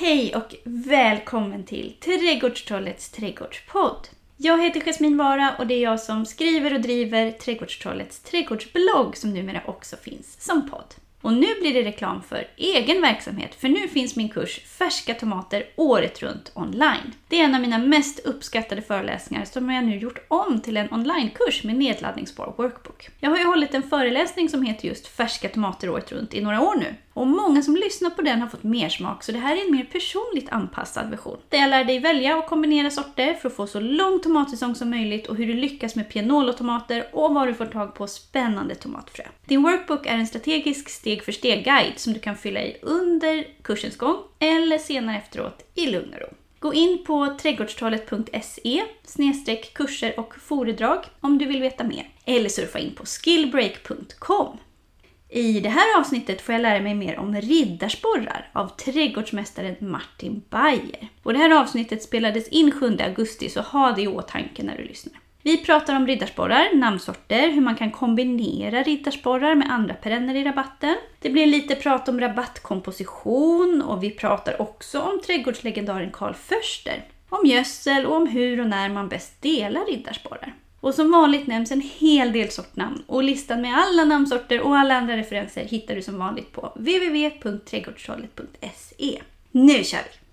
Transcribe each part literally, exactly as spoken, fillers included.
Hej och välkommen till Trädgårdstrollets trädgårdspodd. Jag heter Jasmin Vara och det är jag som skriver och driver Trädgårdstrollets trädgårdsblogg som numera också finns som podd. Och nu blir det reklam för egen verksamhet, för nu finns min kurs Färska tomater året runt online. Det är en av mina mest uppskattade föreläsningar som jag nu gjort om till en onlinekurs med nedladdningsbar workbook. Jag har ju hållit en föreläsning som heter just Färska tomater året runt i några år nu. Och många som lyssnar på den har fått mer smak, så det här är en mer personligt anpassad version. Där jag lär dig välja och kombinera sorter för att få så lång tomatsäsong som möjligt och hur du lyckas med pianolotomater och vad du får tag på spännande tomatfrö. Din workbook är en strategisk steg för steg guide som du kan fylla i under kursens gång eller senare efteråt i lugn och ro. Gå in på trädgårdstrollet punkt se snedstreck kurser och föredrag om du vill veta mer. Eller surfa in på skillbreak punkt com. I det här avsnittet får jag lära mig mer om riddarsporrar av trädgårdsmästaren Martin Beyer. Och det här avsnittet spelades in sjunde augusti, så ha det i åtanke när du lyssnar. Vi pratar om riddarsporrar, namnsorter, hur man kan kombinera riddarsporrar med andra perenner i rabatten. Det blir lite prat om rabattkomposition och vi pratar också om trädgårdslegendaren Karl Förster. Om gödsel och om hur och när man bäst delar riddarsporrar. Och som vanligt nämns en hel del sortnamn och listan med alla namnsorter och alla andra referenser hittar du som vanligt på w w w punkt trädgårdstrollet punkt se. Nu kör vi!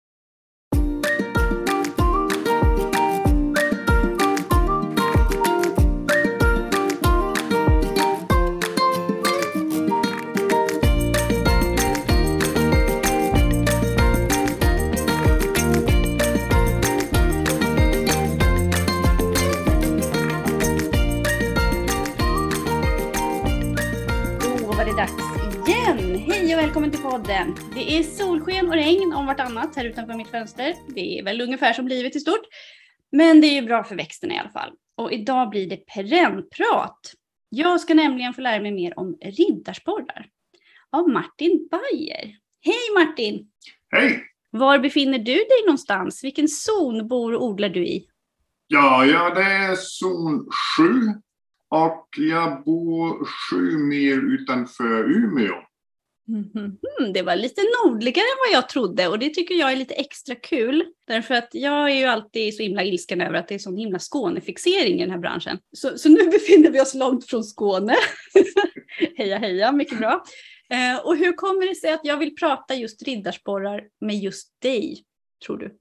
Välkommen till podden. Det är solsken och regn om vartannat här utanför mitt fönster. Det är väl ungefär som livet i stort. Men det är ju bra för växterna i alla fall. Och idag blir det perennprat. Jag ska nämligen få lära mig mer om riddarsporrar av Martin Beyer. Hej Martin! Hej! Var befinner du dig någonstans? Vilken zon bor och odlar du i? Ja, ja, det är zon sju. Och jag bor sju mil utanför Umeå. Mm-hmm. Det var lite nordligare än vad jag trodde och det tycker jag är lite extra kul. Därför att jag är ju alltid så himla ilsken över att det är sån himla Skånefixering i den här branschen. Så, så nu befinner vi oss långt från Skåne. Heja heja, mycket bra. Eh, och hur kommer det sig att jag vill prata just riddarsporrar med just dig, tror du?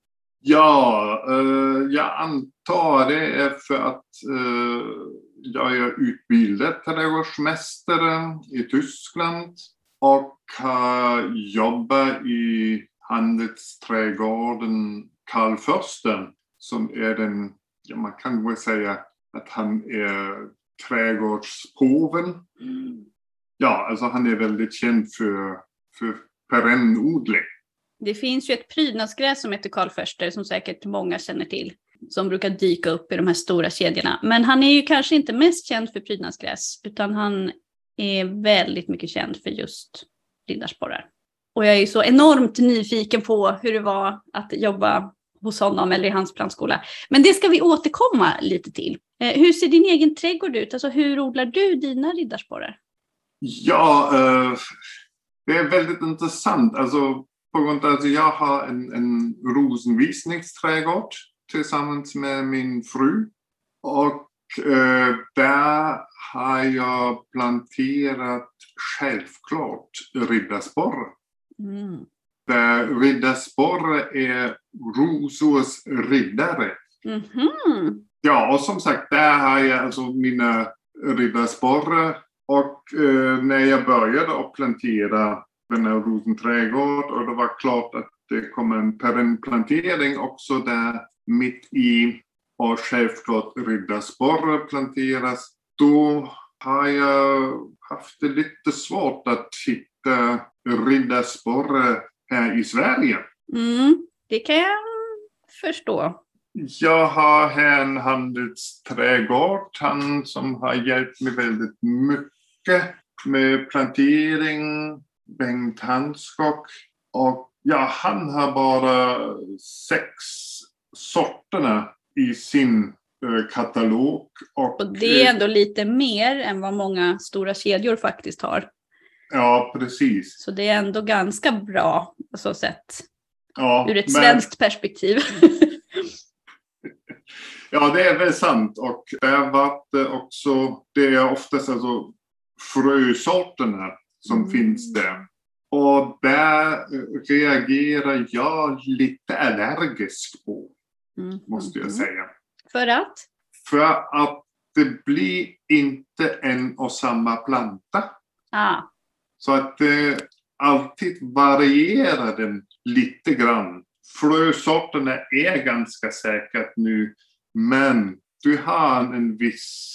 Ja, eh, jag antar det är för att eh, jag är utbildad trädgårdsmästare i Tyskland. Och har jobbat i handelsträdgården Karl Förster som är den, ja, man kan väl säga att han är trädgårdspåven. Mm. Ja, alltså han är väldigt känd för, för perennodling. Det finns ju ett prydnadsgräs som heter Karl Förster som säkert många känner till. Som brukar dyka upp i de här stora kedjorna. Men han är ju kanske inte mest känd för prydnadsgräs utan han är väldigt mycket känd för just riddarsporrar. Och jag är ju så enormt nyfiken på hur det var att jobba hos honom eller i hans plantskola. Men det ska vi återkomma lite till. Eh, hur ser din egen trädgård ut? Alltså hur odlar du dina riddarsporrar? Ja, eh, det är väldigt intressant. Alltså, på grund av att jag har en, en rosenvisningsträdgård tillsammans med min fru. Och Uh, där har jag planterat självklart riddarsporrar. Mm. Där riddarsporrar är rosors riddare. Mm-hmm. Ja, och som sagt, där har jag alltså mina riddarsporrar. Och uh, när jag började att plantera den här rosenträdgård och det var klart att det kom en perennplantering också där mitt i. Och självklart riddarsporrar planteras. Då har jag haft det lite svårt att hitta riddarsporrar här i Sverige. Mm, det kan jag förstå. Jag har här en handelsträdgård. Han som har hjälpt mig väldigt mycket med plantering. Bengt Hanskog. Och ja, han har bara sex sorterna i sin eh, katalog. Och, och det är ändå lite mer än vad många stora kedjor faktiskt har. Ja, precis. Så det är ändå ganska bra på så sätt. Ja, ur ett men... svenskt perspektiv. Ja, det är väl sant. Och det har varit också, det är oftast alltså frösorterna som mm. finns där. Och där reagerar jag lite allergisk på, mm. måste jag säga. För att? För att det blir inte en och samma planta. Ah. Så att det alltid varierar den lite grann. Frösorterna är ganska säkert nu, men du har en viss,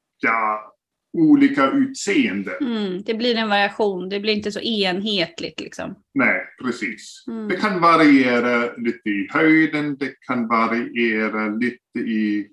ja, olika utseende. Mm, det blir en variation, det blir inte så enhetligt liksom. Nej, precis. Mm. Det kan variera lite i höjden, det kan variera lite i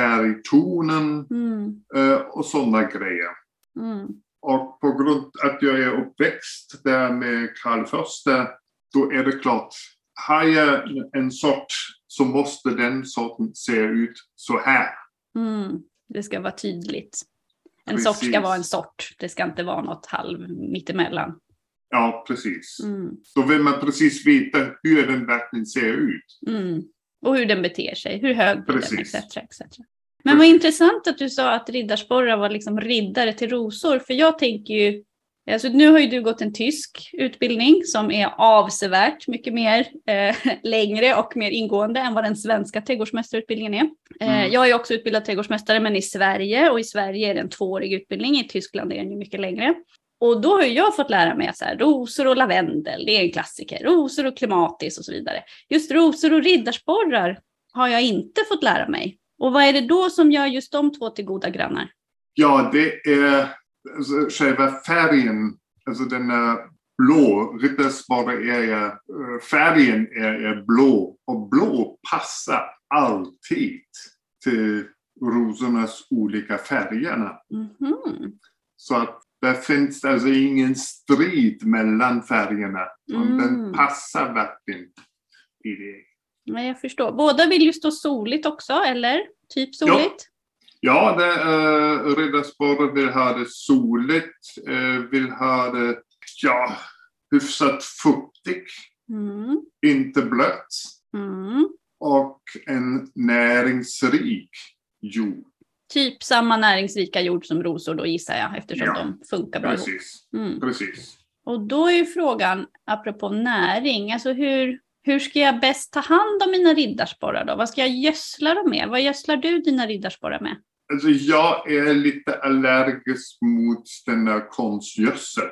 färgtonen mm. och sådana grejer. Mm. Och på grund av att jag är uppväxt där med Karl Första, då är det klart, har jag en sort så måste den sorten se ut så här. Mm. Det ska vara tydligt. En precis. Sort ska vara en sort. Det ska inte vara något halv mittemellan. Ja, precis. Mm. Då vill man precis veta hur den verkligen ser ut. Mm. Och hur den beter sig. Hur hög blir den, et cetera et cetera. Men vad intressant att du sa att riddarsporrar var liksom riddare till rosor. För jag tänker ju, alltså nu har ju du gått en tysk utbildning som är avsevärt mycket mer eh, längre och mer ingående än vad den svenska trädgårdsmästarutbildningen är. Eh, mm. Jag är också utbildad trädgårdsmästare, men i Sverige, och i Sverige är det en tvåårig utbildning, i Tyskland är den ju mycket längre. Och då har jag fått lära mig att så här, rosor och lavendel, det är en klassiker. Rosor och klimatis och så vidare. Just rosor och riddarsporrar har jag inte fått lära mig. Och vad är det då som gör just de två till goda grannar? Ja, det är alltså, själva färgen. Alltså den är blå. Riddarsporre är färgen är, är blå. Och blå passar alltid till rosornas olika färgerna. Mm-hmm. Så att där finns alltså ingen strid mellan färgerna. Mm. Den passar verkligen i det. Ja, jag förstår. Båda vill ju stå soligt också, eller? Typ soligt? Ja, ja äh, riddarsporre vill ha det soligt. Äh, vill ha det ja, hyfsat fuktigt. Mm. Inte blött. Mm. Och en näringsrik jord. Typ samma näringsrika jord som rosor då, gissar jag, eftersom ja, de funkar bra precis. Mm. Precis. Och då är ju frågan, apropå näring, alltså hur, hur ska jag bäst ta hand om mina riddarsporrar då? Vad ska jag gödsla dem med? Vad gödslar du dina riddarsporrar med? Alltså jag är lite allergisk mot den här konstgödsel.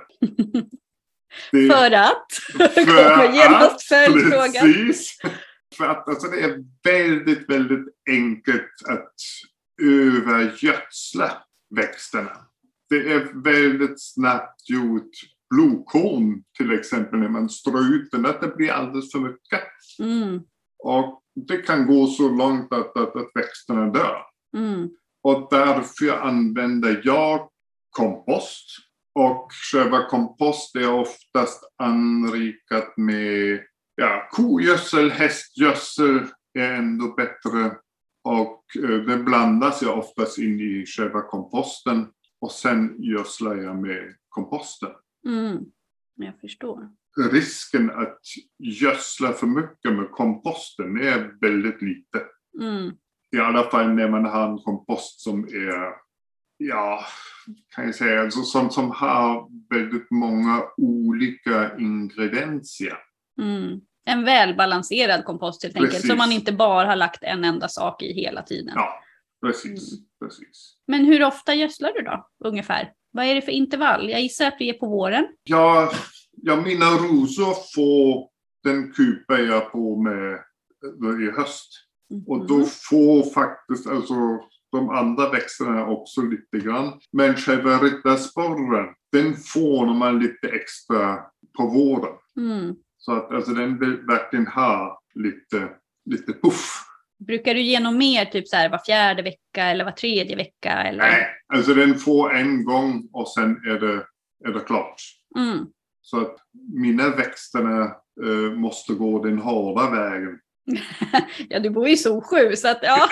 Det, för att? För att, genast följdfrågan. Precis. För att alltså, det är väldigt, väldigt enkelt att övergödsla växterna. Det är väldigt snabbt gjort. Blodkorn till exempel när man strör ut den, att det blir alldeles för mycket. Mm. Och det kan gå så långt att, att, att växterna dör. Mm. Och därför använder jag kompost. Och själva kompost är oftast anrikat med ja, kogödsel, hästgödsel är ändå bättre. Och eh, det blandas jag oftast in i själva komposten. Och sen gödslar jag med komposten. Mm, jag förstår. Risken att gödsla för mycket med komposten är väldigt lite. Mm. I alla fall när man har en kompost som är, ja, kan jag säga, alltså, som, som har väldigt många olika ingredienser. Mm. En välbalanserad kompost helt enkelt, som man inte bara har lagt en enda sak i hela tiden. Ja, precis. Mm. precis. Men hur ofta gödslar du då, ungefär? Vad är det för intervall? Jag gissar att vi är på våren. Ja, ja mina rosor får, den kupar jag på med i höst. Mm. Och då får faktiskt alltså de andra växterna också lite grann. Men själva riddarsporren, den får man lite extra på våren. Mm. Så att alltså, den vill verkligen ha lite, lite puff. Brukar du ge något mer, typ så här var fjärde vecka eller var tredje vecka? Eller? Nej, alltså den får en gång och sen är det, är det klart. Mm. Så att mina växterna eh, måste gå den hårda vägen. Ja, du bor i Solsju, så att ja.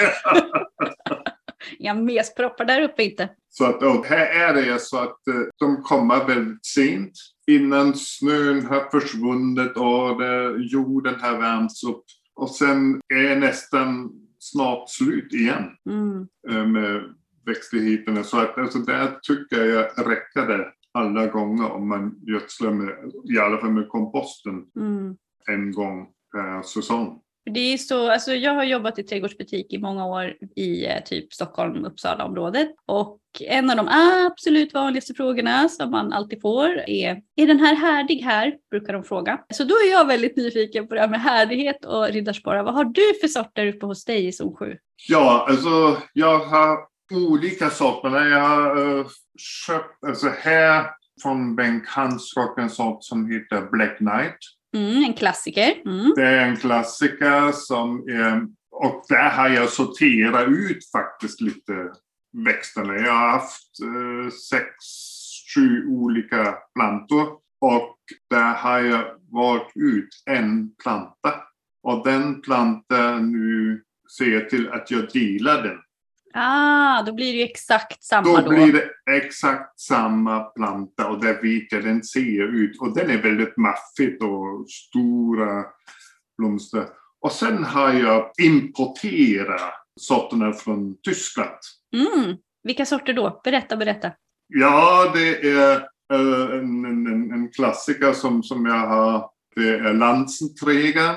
Inga mesproppar där uppe inte. Så att och här är det så att eh, de kommer väldigt sent. innan snön har försvunnit och det, jorden har värmts upp. Och sen är nästan snart slut igen mm. med växtligheten. Så att, alltså, där tycker jag räcker det alla gånger om man gödslar med, i alla fall med komposten mm. en gång per säsong. Det är så, alltså jag har jobbat i trädgårdsbutik i många år i typ Stockholm, Uppsala-området. Och en av de absolut vanligaste frågorna som man alltid får är: är den här härdig här? Brukar de fråga. Så då är jag väldigt nyfiken på det här med härdighet och riddarsporrar. Vad har du för sorter uppe hos dig i zon sju? Ja, alltså jag har olika sorter. Jag har uh, köpt, alltså här från Bengt Hanskog en sort som heter Black Knight. Mm, en klassiker. Mm. Det är en klassiker som är, och där har jag sorterat ut faktiskt lite växterna. Jag har haft eh, sex, sju olika plantor och där har jag valt ut en planta. Och den plantan nu ser jag till att jag delar den. Ah, då blir det ju exakt samma då. Då blir det exakt samma planta och där vet jag den ser ut. Och den är väldigt maffigt och stora blomster. Och sen har jag importerat sorterna från Tyskland. Mm. Vilka sorter då? Berätta, berätta. Ja, det är uh, en, en, en klassiker som, som jag har. Det är Landsenträger,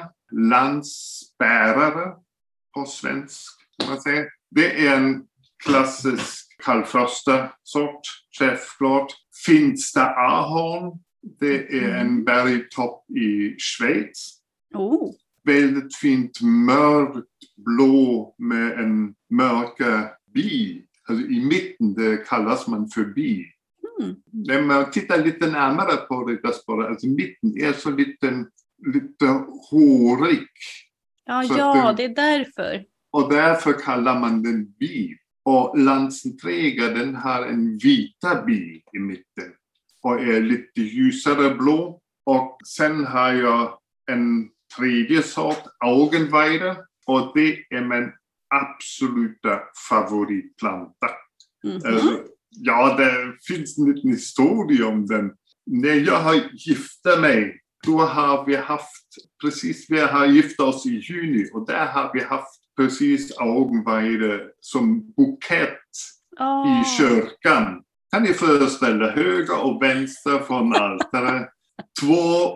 landsbärare på svensk, kan man säga. Det är en klassisk kallfrosta-sort, självklart. Finsta ahorn, det är en bergtopp i Schweiz. Oh. Väldigt fint mörkt blå med en mörka bi. Alltså i mitten, det kallas man för bi. Mm. När man tittar lite närmare på riddarsporrar, alltså mitten är så lite, lite hårig. Ja, ja den, det är därför. Och därför kallar man den bi. Och Landsenträger, den har en vita bi i mitten. Och är lite ljusare blå. Och sen har jag en tredje sort, Augenweide. Och det är min absoluta favoritplanta. Mm-hmm. Alltså, ja, det finns en liten historia om den. När jag har gifta mig, då har vi haft, precis vi har gift oss i juni. Och där har vi haft precis Augenweide som bukett oh. i kyrkan. Kan ni föreställa höger och vänster från altaret. Två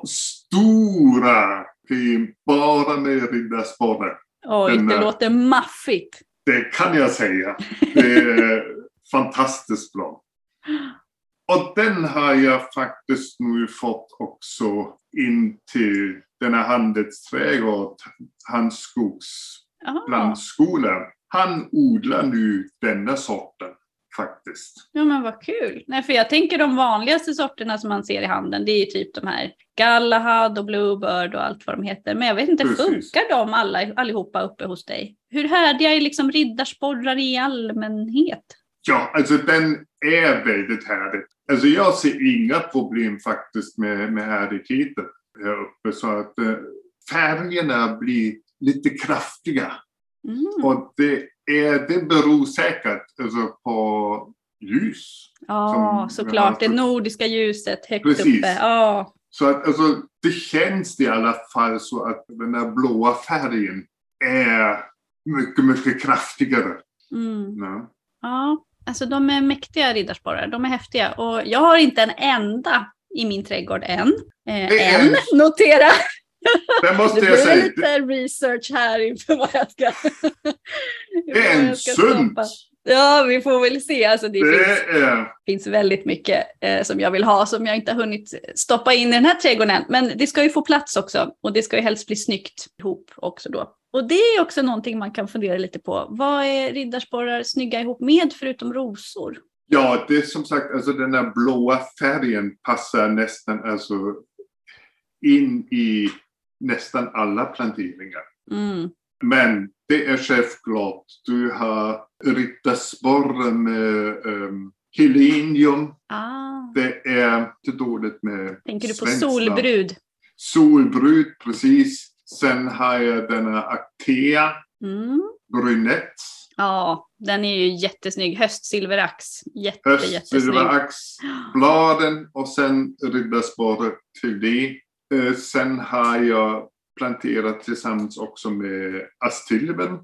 stora bara med riddarsporrar. Oj, Den, det låter maffigt. Det kan jag säga. Det är fantastiskt bra. Och den har jag faktiskt nu fått också in till denna handelsträdgård, Hans Skogs plantskola. Han odlar nu denna sorten faktiskt. Ja, men vad kul. Nej, för jag tänker de vanligaste sorterna som man ser i handeln, det är ju typ de här Galahad och Bluebird och allt vad de heter. Men jag vet inte, Precis. funkar de alla, allihopa uppe hos dig? Hur härdiga är liksom riddarsporrar i allmänhet? Ja, alltså den är väldigt härdig. Alltså jag ser inga problem faktiskt med, med härdigheten här uppe. Så att eh, färgerna blir lite kraftiga. Mm. Och det, är, det beror säkert alltså, på ljus. Ja, såklart. Det nordiska ljuset högt Precis. uppe. Ja. Så att alltså, det känns i alla fall så att den här blåa färgen är mycket, mycket kraftigare. Mm. Ja. ja, alltså de är mäktiga riddarsporrar. De är häftiga. Och jag har inte en enda i min trädgård än. Eh, än, en... notera. Det måste det jag säga. Det lite research här inför vad jag ska... Det är en sunt. Ja, vi får väl se. Alltså, det det finns, är... finns väldigt mycket eh, som jag vill ha som jag inte har hunnit stoppa in i den här trädgården. Men det ska ju få plats också. Och det ska ju helst bli snyggt ihop också då. Och det är också någonting man kan fundera lite på. Vad är riddarsporrar snygga ihop med förutom rosor? Ja, det är som sagt, alltså den där blåa färgen passar nästan alltså in i nästan alla planteringar. Mm. Men det är självklart. Du har riddarsporrar med um, helenium. Ah. Det är inte dåligt med Tänker du på solbrud? Solbrud, precis. Sen har jag denna Actea. Mm. Brunett. Ja, den är ju jättesnygg. Höstsilverax. Jätte, Höstsilverax, bladen och sen riddarsporre till det. Eh, sen har jag planterat tillsammans också med Astilben.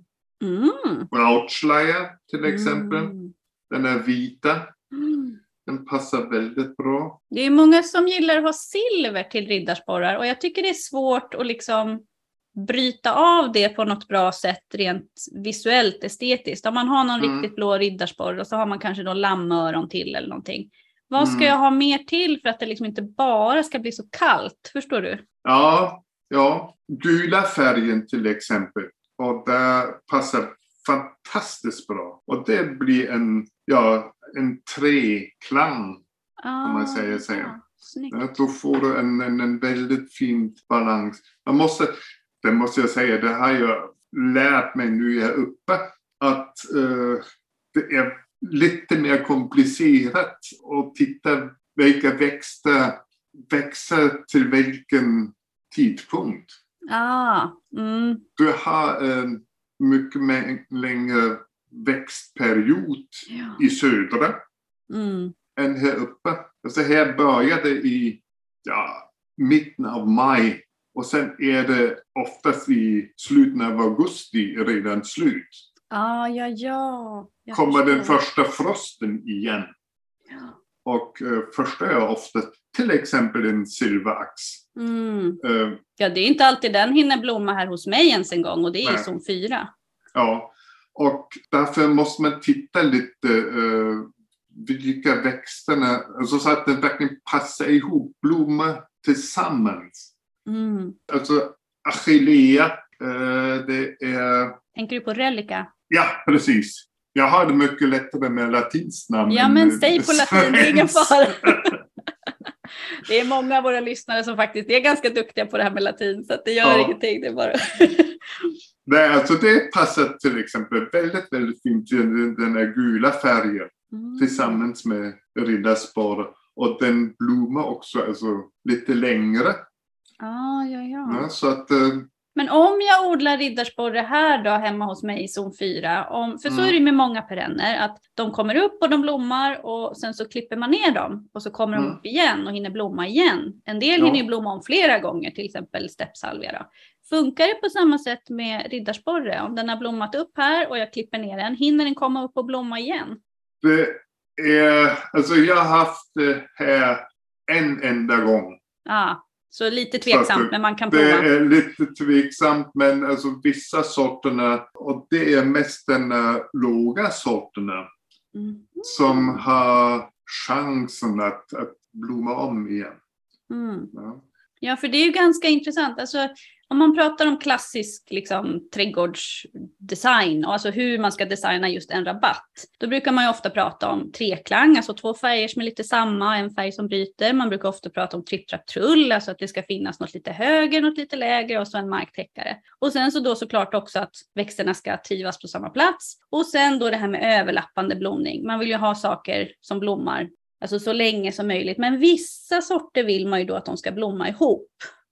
Mm. Brautschleier till exempel. Mm. Den är vita. Mm. Den passar väldigt bra. Det är många som gillar att ha silver till riddarsporrar. Och jag tycker det är svårt att liksom bryta av det på något bra sätt rent visuellt, estetiskt. Om man har någon mm. riktigt blå riddarsporr och så har man kanske då lammöron till eller någonting. Vad ska mm. jag ha mer till för att det liksom inte bara ska bli så kallt? Förstår du? Ja, ja. Gula färgen till exempel. Och det passar fantastiskt bra. Och det blir en, ja, en treklang ah, kan man säga. säga. Ja, då får du en, en, en väldigt fin balans. Man måste, det måste jag säga, det har jag lärt mig nu jag är uppe. Att uh, det är lite mer komplicerat att titta vilka växter växer till vilken tidpunkt. Ah, mm. Du har en mycket längre växtperiod ja. I södra mm. än här uppe. Alltså här börjar det i ja, mitten av maj och sen är det oftast i slutet av augusti redan slut. Ah, ja, ja. Jag kommer förstår. Den första frosten igen. Ja. Och uh, första är ofta till exempel en silverax. Mm. Uh, ja, det är inte alltid den hinner blomma här hos mig ens en gång och det är ju som fyra. Ja, och därför måste man titta lite uh, vilka växterna, alltså så att den verkligen passar ihop, blommar tillsammans. Mm. Alltså Achillea, uh, det är... Tänker du på Relica? Ja, precis. Jag har det mycket lättare med latinskt namn. Ja, men säg på latin, det är ingen fara. Det är många av våra lyssnare som faktiskt är ganska duktiga på det här med latin, så att det gör ja. Ingenting, det är bara... Nej, alltså det passar till exempel väldigt, väldigt fint till den här gula färgen mm. tillsammans med riddarsporre. Och den blommar också alltså, lite längre. Ah, ja, ja. Ja, så att... Uh, Men om jag odlar riddarsporre här då hemma hos mig i zon fyra, om, för så mm. är det med många perenner, att de kommer upp och de blommar och sen så klipper man ner dem och så kommer mm. de upp igen och hinner blomma igen. En del ja. Hinner ju blomma om flera gånger, till exempel steppsalvia då. Funkar det på samma sätt med riddarsporre? Om den har blommat upp här och jag klipper ner den, hinner den komma upp och blomma igen? Det är, alltså jag har haft det här en enda gång. Ja. Så lite tveksamt, så men man kan prova. Det är lite tveksamt, men alltså vissa sorterna, och det är mest den uh, låga sorterna mm. som har chansen att, att blomma om igen. Mm. Ja. Ja, för det är ju ganska intressant. Alltså, om man pratar om klassisk liksom, trädgårdsdesign och alltså hur man ska designa just en rabatt, då brukar man ju ofta prata om treklang, alltså två färger som är lite samma, en färg som bryter. Man brukar ofta prata om tripp-trapp-trull, alltså att det ska finnas något lite högre, något lite lägre och så en marktäckare. Och sen så då såklart också att växterna ska trivas på samma plats. Och sen då det här med överlappande blomning. Man vill ju ha saker som blommar alltså så länge som möjligt. Men vissa sorter vill man ju då att de ska blomma ihop.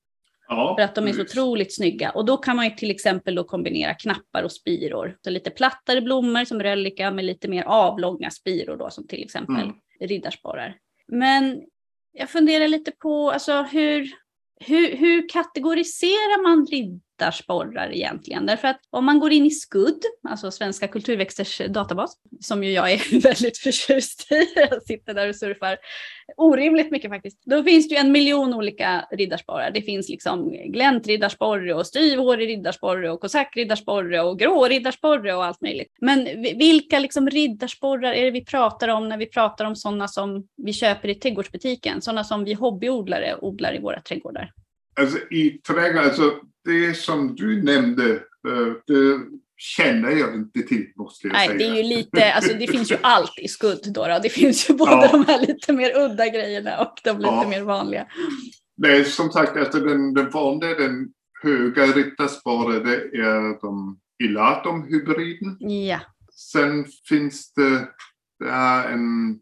Ja, för att de är så otroligt snygga. Och då kan man ju till exempel då kombinera knappar och spiror. Så lite plattare blommor som Relica med lite mer avlånga spiror då, som till exempel mm. riddarsporrar. Men jag funderar lite på alltså hur, hur, hur kategoriserar man riddarsporrar egentligen? Därför att om man går in i Skudd, alltså Svenska kulturväxters databas, som ju jag är väldigt förtjust i, jag sitter där och surfar orimligt mycket faktiskt. Då finns det ju en miljon olika riddarsporrar. Det finns liksom gläntriddarsporre och styvhårig riddarsporre och kosackriddarsporre och grå riddarsporre och allt möjligt. Men vilka liksom riddarsporrar är det vi pratar om när vi pratar om sådana som vi köper i trädgårdsbutiken? Sådana som vi hobbyodlare odlar i våra trädgårdar? Alltså i trädgården, alltså det som du nämnde, det känner jag inte till, måste jag Nej, säga. Det är ju lite, alltså det finns ju allt i Skudd då, då. Det finns ju både ja. De här lite mer udda grejerna och de lite ja. Mer vanliga. Nej, som sagt, alltså den, den vanliga, den höga riddarsporre, det är de Elatom-hybriden. Ja. Sen finns det, det är en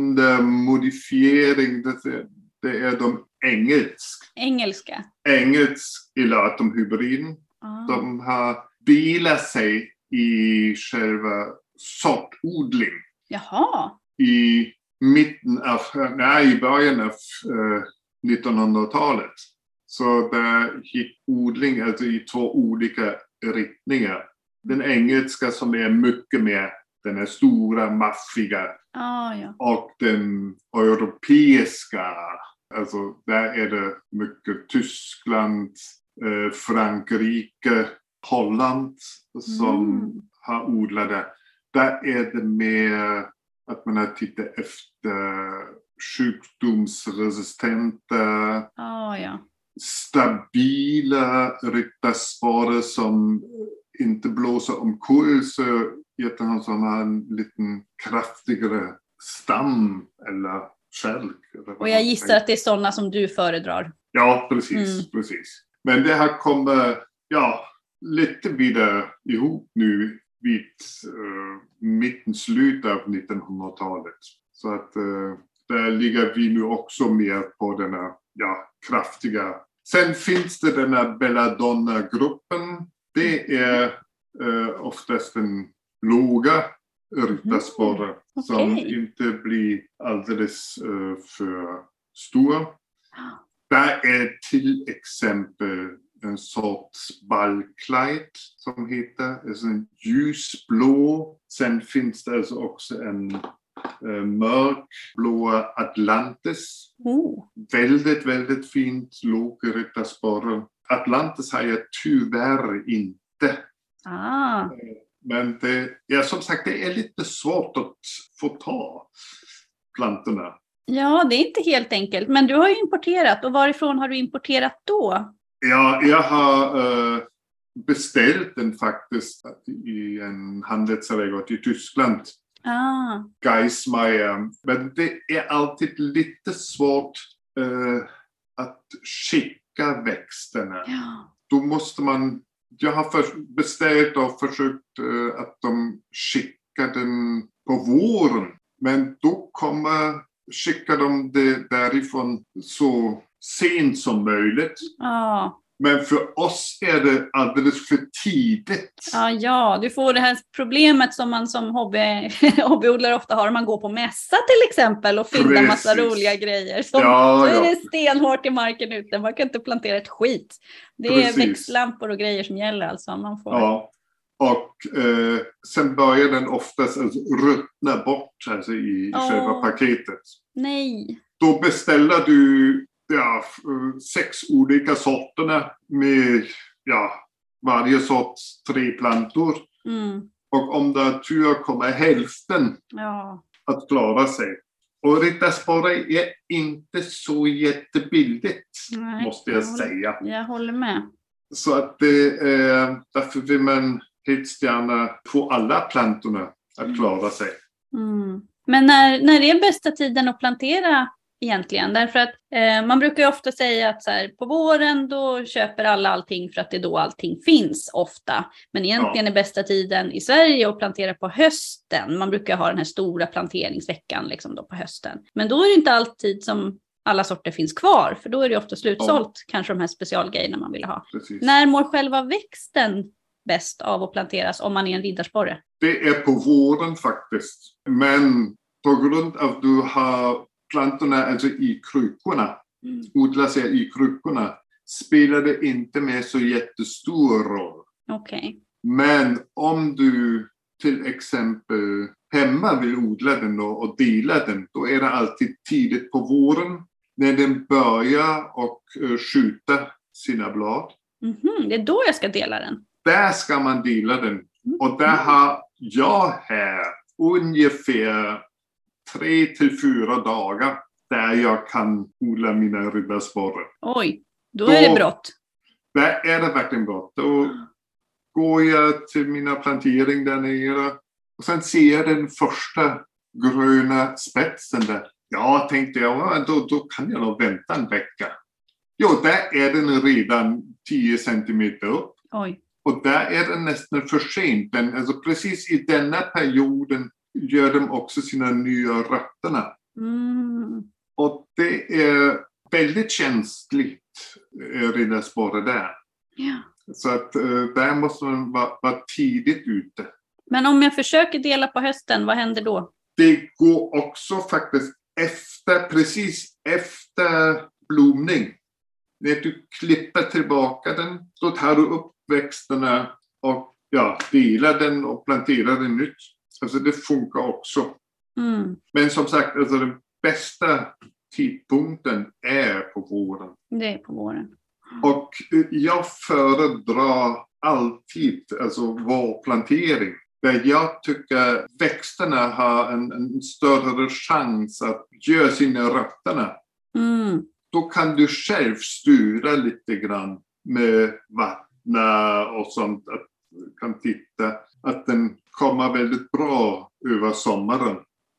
undermodifiering, det, det är de engelsk. Engelska? Engelsk Elatom-hybriden. Ah. De har bilat sig i själva sortodling. Jaha. I mitten av, nej, i början av uh, nittonhundratalet. Så där gick odling alltså i två olika riktningar. Den engelska som är mycket mer, den är stora, maffiga. Ah, ja. Och den europeiska, alltså där är det mycket Tyskland, eh, Frankrike, Holland som Mm. har odlat det. Där är det mer att man har tittat efter sjukdomsresistenta, Ah, ja. stabila ryttarsporer som inte blåser omkull, så jättehan som har en liten kraftigare stam eller kälk. Och jag gissar att det är sådana som du föredrar. Ja, precis, Mm. precis. Men det har kommit, ja, lite vidare ihop nu vid uh, mitten, slutet av nittonhundratalet. Så att uh, där ligger vi nu också mer på den här, ja, kraftiga. Sen finns det den här Belladonna-gruppen. Det är uh, oftast den låga ryttarsporre Mm. Okay. som inte blir alldeles uh, för stora. Där är till exempel en sorts ballkleid som heter, alltså en ljusblå. Sen finns det alltså också en eh, mörkblå Atlantis. Oh. Väldigt, väldigt fint lågryttarsporre. Atlantis har jag tyvärr inte. Ah. Men det, ja, som sagt, det är lite svårt att få ta plantorna. Ja, det är inte helt enkelt. Men du har ju importerat. Och varifrån har du importerat då? Ja, jag har uh, beställt den faktiskt i en handelsträdgård i Tyskland. Ah. Geismeier. Men det är alltid lite svårt uh, att skicka växterna. Ja. Då måste man... Jag har för, beställt och försökt uh, att de skickar den på våren. Men då kommer... skickar de det därifrån så sent som möjligt. Ja. Men för oss är det alldeles för tidigt. Ja, ja, du får det här problemet som man som hobby, hobbyodlare ofta har. Man går på mässa till exempel och fyndar massa roliga grejer. Så, ja, så är ja. det stenhårt i marken ute. Man kan inte plantera ett skit. Det Precis. är växtlampor och grejer som gäller alltså. Man får... Ja. Och eh, sen börjar den oftast alltså, ruttna bort alltså, i oh. själva paketet. Nej. Då beställer du ja, sex olika sorterna med ja, varje sorts tre plantor. Mm. Och om det är tur kommer hälften ja. att klara sig. Och ryttarsporre är inte så jättebilligt, Nej, måste jag, jag håller, säga. Jag håller med. Så att det är, därför vill man helst gärna få alla plantorna att klara sig. Mm. Men när, när är bästa tiden att plantera egentligen? Därför att eh, man brukar ju ofta säga att så här, på våren då köper alla allting för att det är då allting finns ofta. Men egentligen ja. är bästa tiden i Sverige att plantera på hösten. Man brukar ha den här stora planteringsveckan liksom då på hösten. Men då är det inte alltid som alla sorter finns kvar. För då är det ofta slutsålt, ja. kanske de här specialgrejerna man vill ha. Precis. När mår själva växten bäst av att planteras om man är en riddarsporre? Det är på våren faktiskt. Men på grund av att du har plantorna alltså i krukorna, mm. odlar sig i krukorna, spelar det inte med så jättestor roll. Okej. Okay. Men om du till exempel hemma vill odla den och dela den, då är det alltid tidigt på våren när den börjar och skjuta sina blad. Mm-hmm. Det är då jag ska dela den? Där ska man dela den. Och där har jag här ungefär tre till fyra dagar där jag kan odla mina riddarsporre. Oj, då, då är det brått. Där är det verkligen brått. Då går jag till mina plantering där nere. Och sen ser jag den första gröna spetsen där. Ja, tänkte jag, då, då kan jag nog vänta en vecka. Jo, där är den redan tio centimeter upp. Oj. Och där är den nästan för sent. Men alltså precis i denna perioden gör de också sina nya rötterna. Mm. Och det är väldigt känsligt riddarsporre där. Ja. Så att uh, där måste man vara, vara tidigt ute. Men om jag försöker dela på hösten, vad händer då? Det går också faktiskt efter, precis efter blomning. När du klipper tillbaka den, då tar du upp växterna och ja, delar den och planterar den nytt. Alltså det funkar också. Mm. Men som sagt, alltså den bästa tidpunkten är på våren. Det är på våren. Och jag föredrar alltid alltså vårplantering. Där jag tycker växterna har en, en större chans att göra sina rötterna. Mm. Då kan du själv styra lite grann med vattna och sånt. Att du kan titta att den kommer väldigt bra över sommaren.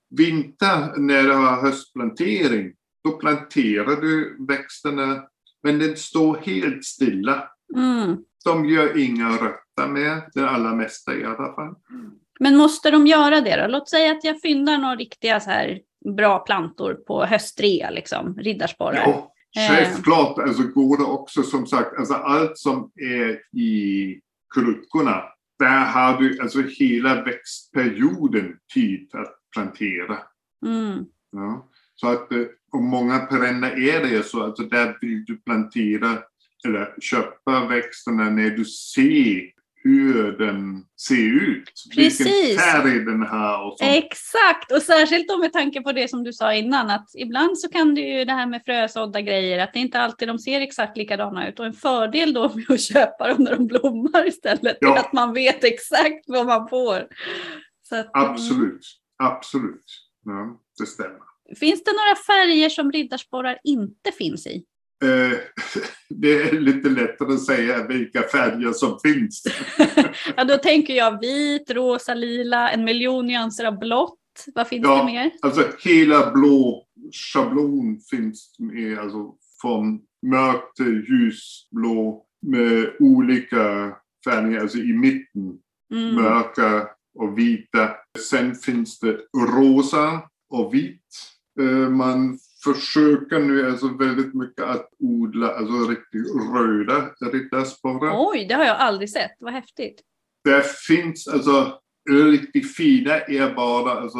Vinter när du har höstplantering, då planterar du växterna men den står helt stilla. Mm. De gör inga rötter med, det allra mesta i alla fall. Men måste de göra det då? Låt säga att jag fyndar några riktiga så här bra plantor på höstrea, liksom, riddarsporrar. Ja, självklart. Eh. Alltså går det också som sagt, alltså allt som är i krukkorna, där har du alltså hela växtperioden tid att plantera. Mm. Ja. Så att om många perenner är det så, alltså där vill du plantera eller köpa växterna när du ser hur den ser ut. Precis. Vilken färg den har. Och sånt. Exakt, och särskilt då med tanke på det som du sa innan, att ibland så kan det ju det här med frösådda grejer, att det inte alltid de ser exakt likadana ut. Och en fördel då med att köpa dem när de blommar istället, ja. Är att man vet exakt vad man får. Så att, absolut, mm. absolut. Ja, det stämmer. Finns det några färger som riddarsporrar inte finns i? Eh, det är lite lättare att säga vilka färger som finns. Ja, då tänker jag vit, rosa, lila, en miljon nyanser av blått. Vad finns ja, det mer? Alltså hela blå schablon finns med, alltså från mörk till ljusblå med olika färger, alltså i mitten, mm. mörka och vita. Sen finns det rosa och vit. Eh, man försöker nu alltså väldigt mycket att odla alltså riktigt röda riddarsporrar. Oj, det har jag aldrig sett. Vad häftigt. Det finns alltså riktigt fina är bara alltså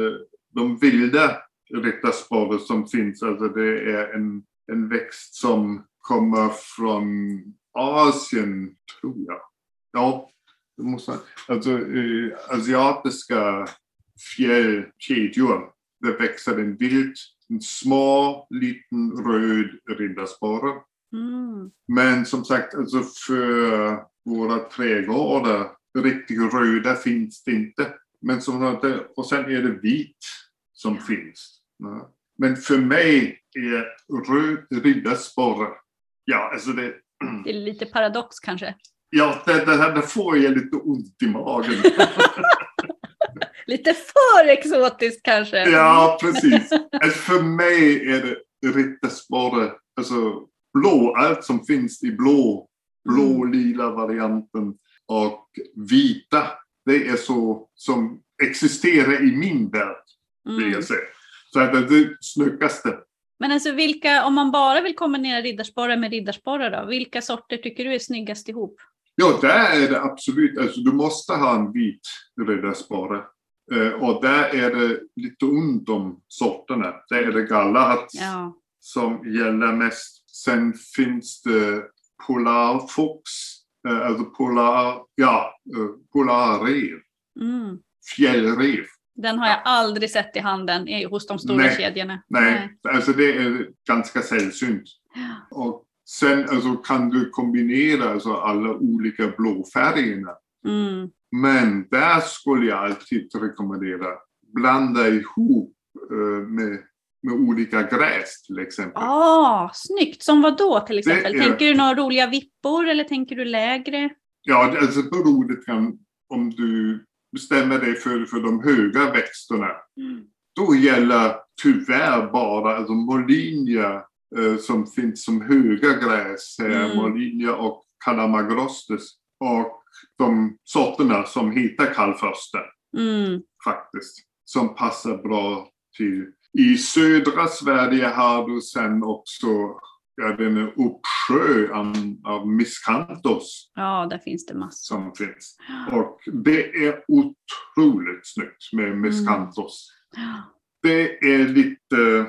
de vilda riddarsporrar som finns. Alltså det är en, en växt som kommer från Asien, tror jag. Ja, det måste alltså eh, asiatiska fjällkedjor. Det växer en vild, en små, liten röd riddarsporre. Mm. Men som sagt, alltså för våra trädgårdar, riktigt röda finns det inte. Men som sagt, och sen är det vit som ja. finns. Ja. Men för mig är röd riddarsporre, ja alltså det... Det är lite paradox kanske. Ja, det, det här det får jag lite ont i magen. Lite för exotiskt kanske. Ja, precis. Alltså för mig är det riddarsporre, alltså blå, allt som finns i blå, blå, lila varianten och vita. Det är så som existerar i min värld, vill jag säga. Så att det är det snyggaste. Men alltså vilka, om man bara vill kombinera riddarsporrar med riddarsporrar då, vilka sorter tycker du är snyggast ihop? Ja, där är det absolut, alltså du måste ha en vit riddarsporre. Uh, och där är det lite ont om sorterna. Där är det Galahad ja. som gäller mest. Sen finns det Polarfox, uh, alltså polar, ja, uh, polarrev, mm. fjällrev. Den har jag aldrig sett i handen hos de stora nej, kedjorna. Nej, nej, alltså det är ganska sällsynt. Ja. Och sen alltså, kan du kombinera alltså, alla olika blåfärgerna. Mm. Men där skulle jag alltid rekommendera blanda ihop uh, med, med olika gräs till exempel. Ah, snyggt. Som vad då till exempel? Är, tänker du några roliga vippor eller tänker du lägre? Ja, alltså beror det kan om du bestämmer dig för, för de höga växterna. Mm. Då gäller tyvärr bara alltså Molinia uh, som finns som höga gräs. Mm. Molinia och Calamagrostis. Och de sorterna som heter kallförsten mm. faktiskt. Som passar bra till. I södra Sverige har du sen också ja, den är uppsjö av, av miscanthus. Ja, där finns det massor. Som finns. Och det är otroligt snyggt med miscanthus. Mm. Det är lite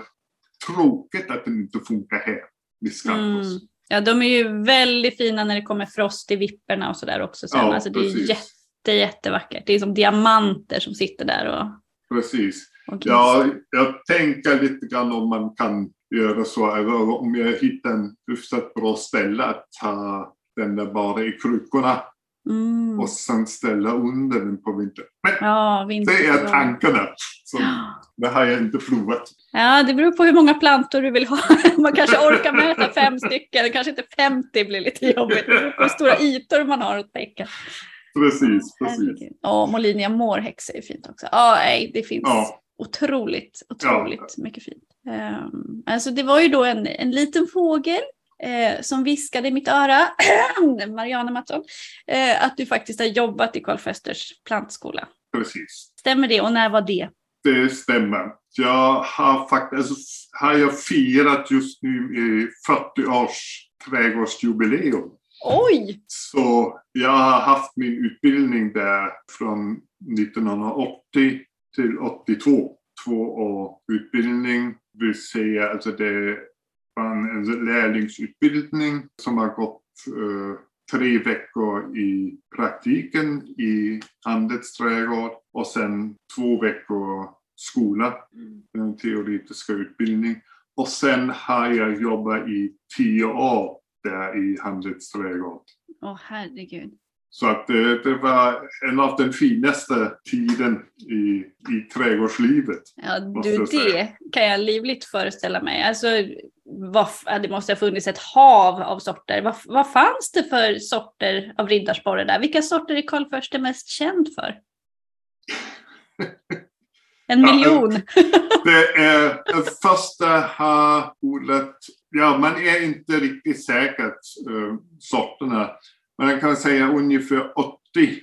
tråkigt att den inte funkar här. Miscanthus. Mm. Ja, de är ju väldigt fina när det kommer frost i vipporna och sådär också. Sen. Ja, alltså, det är precis. jätte, jättevackert. Det är som diamanter som sitter där. Och, Precis. och ja, jag tänker lite grann om man kan göra så. Eller om jag hittar en hyfsat bra ställe att ta den där bara i krukorna. Mm. Och sen ställa under den på vintern. Men ja, vinter, det är ja. tankarna. Så det har jag inte provat. Ja, det beror på hur många plantor du vill ha. Man kanske orkar möta fem stycken. Kanske inte femtio blir lite jobbigt. Det beror på hur stora ytor man har att täcka. Precis, precis. Ja, Molinia mårhäxa är fint också. Ja, nej, det finns ja. otroligt, otroligt ja. mycket fint. Um, alltså det var ju då en, en liten fågel eh, som viskade i mitt öra, Mariana Mattsson, eh, att du faktiskt har jobbat i Karl Festers plantskola. Precis. Stämmer det? Och när var det? Det stämmer. Jag har faktiskt, alltså, har jag firat just nu i fyrtio års trädgårdsjubileum. Oj! Så jag har haft min utbildning där från nittonhundraåttio till åttiotvå. Två år utbildning, vill säga alltså det var en lärlingsutbildning som har gått uh, tre veckor i praktiken i handelsträdgård och sen två veckor skola, en teoretiska utbildning. Och sen har jag jobbat i tio år där i handelsträdgård. Åh, herregud. Så att det, det var en av den finaste tiden i, i trädgårdslivet. Ja, du, det kan jag livligt föreställa mig. Alltså, vad, det måste ha funnits ett hav av sorter. Vad, vad fanns det för sorter av riddarsporre där? Vilka sorter är Karl Först mest känd för? En miljon. Ja, det är första har odlat, ja man är inte riktigt säkert uh, sorterna. Men man kan säga ungefär åttio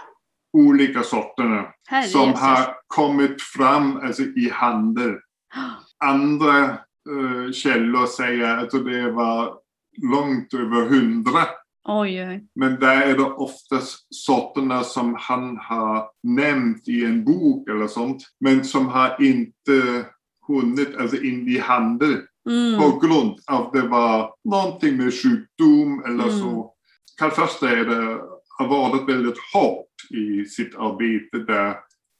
olika sorterna Herre som Jesus. har kommit fram alltså, i handel. Andra uh, källor säger att alltså, det var långt över hundra. Oj, oj. Men där är det oftast sorterna som han har nämnt i en bok eller sånt. Men som har inte hunnit alltså, in i handel. Mm. På grund av att det var någonting med sjukdom eller mm. så. Karl Förster har varit väldigt hårt i sitt arbete där.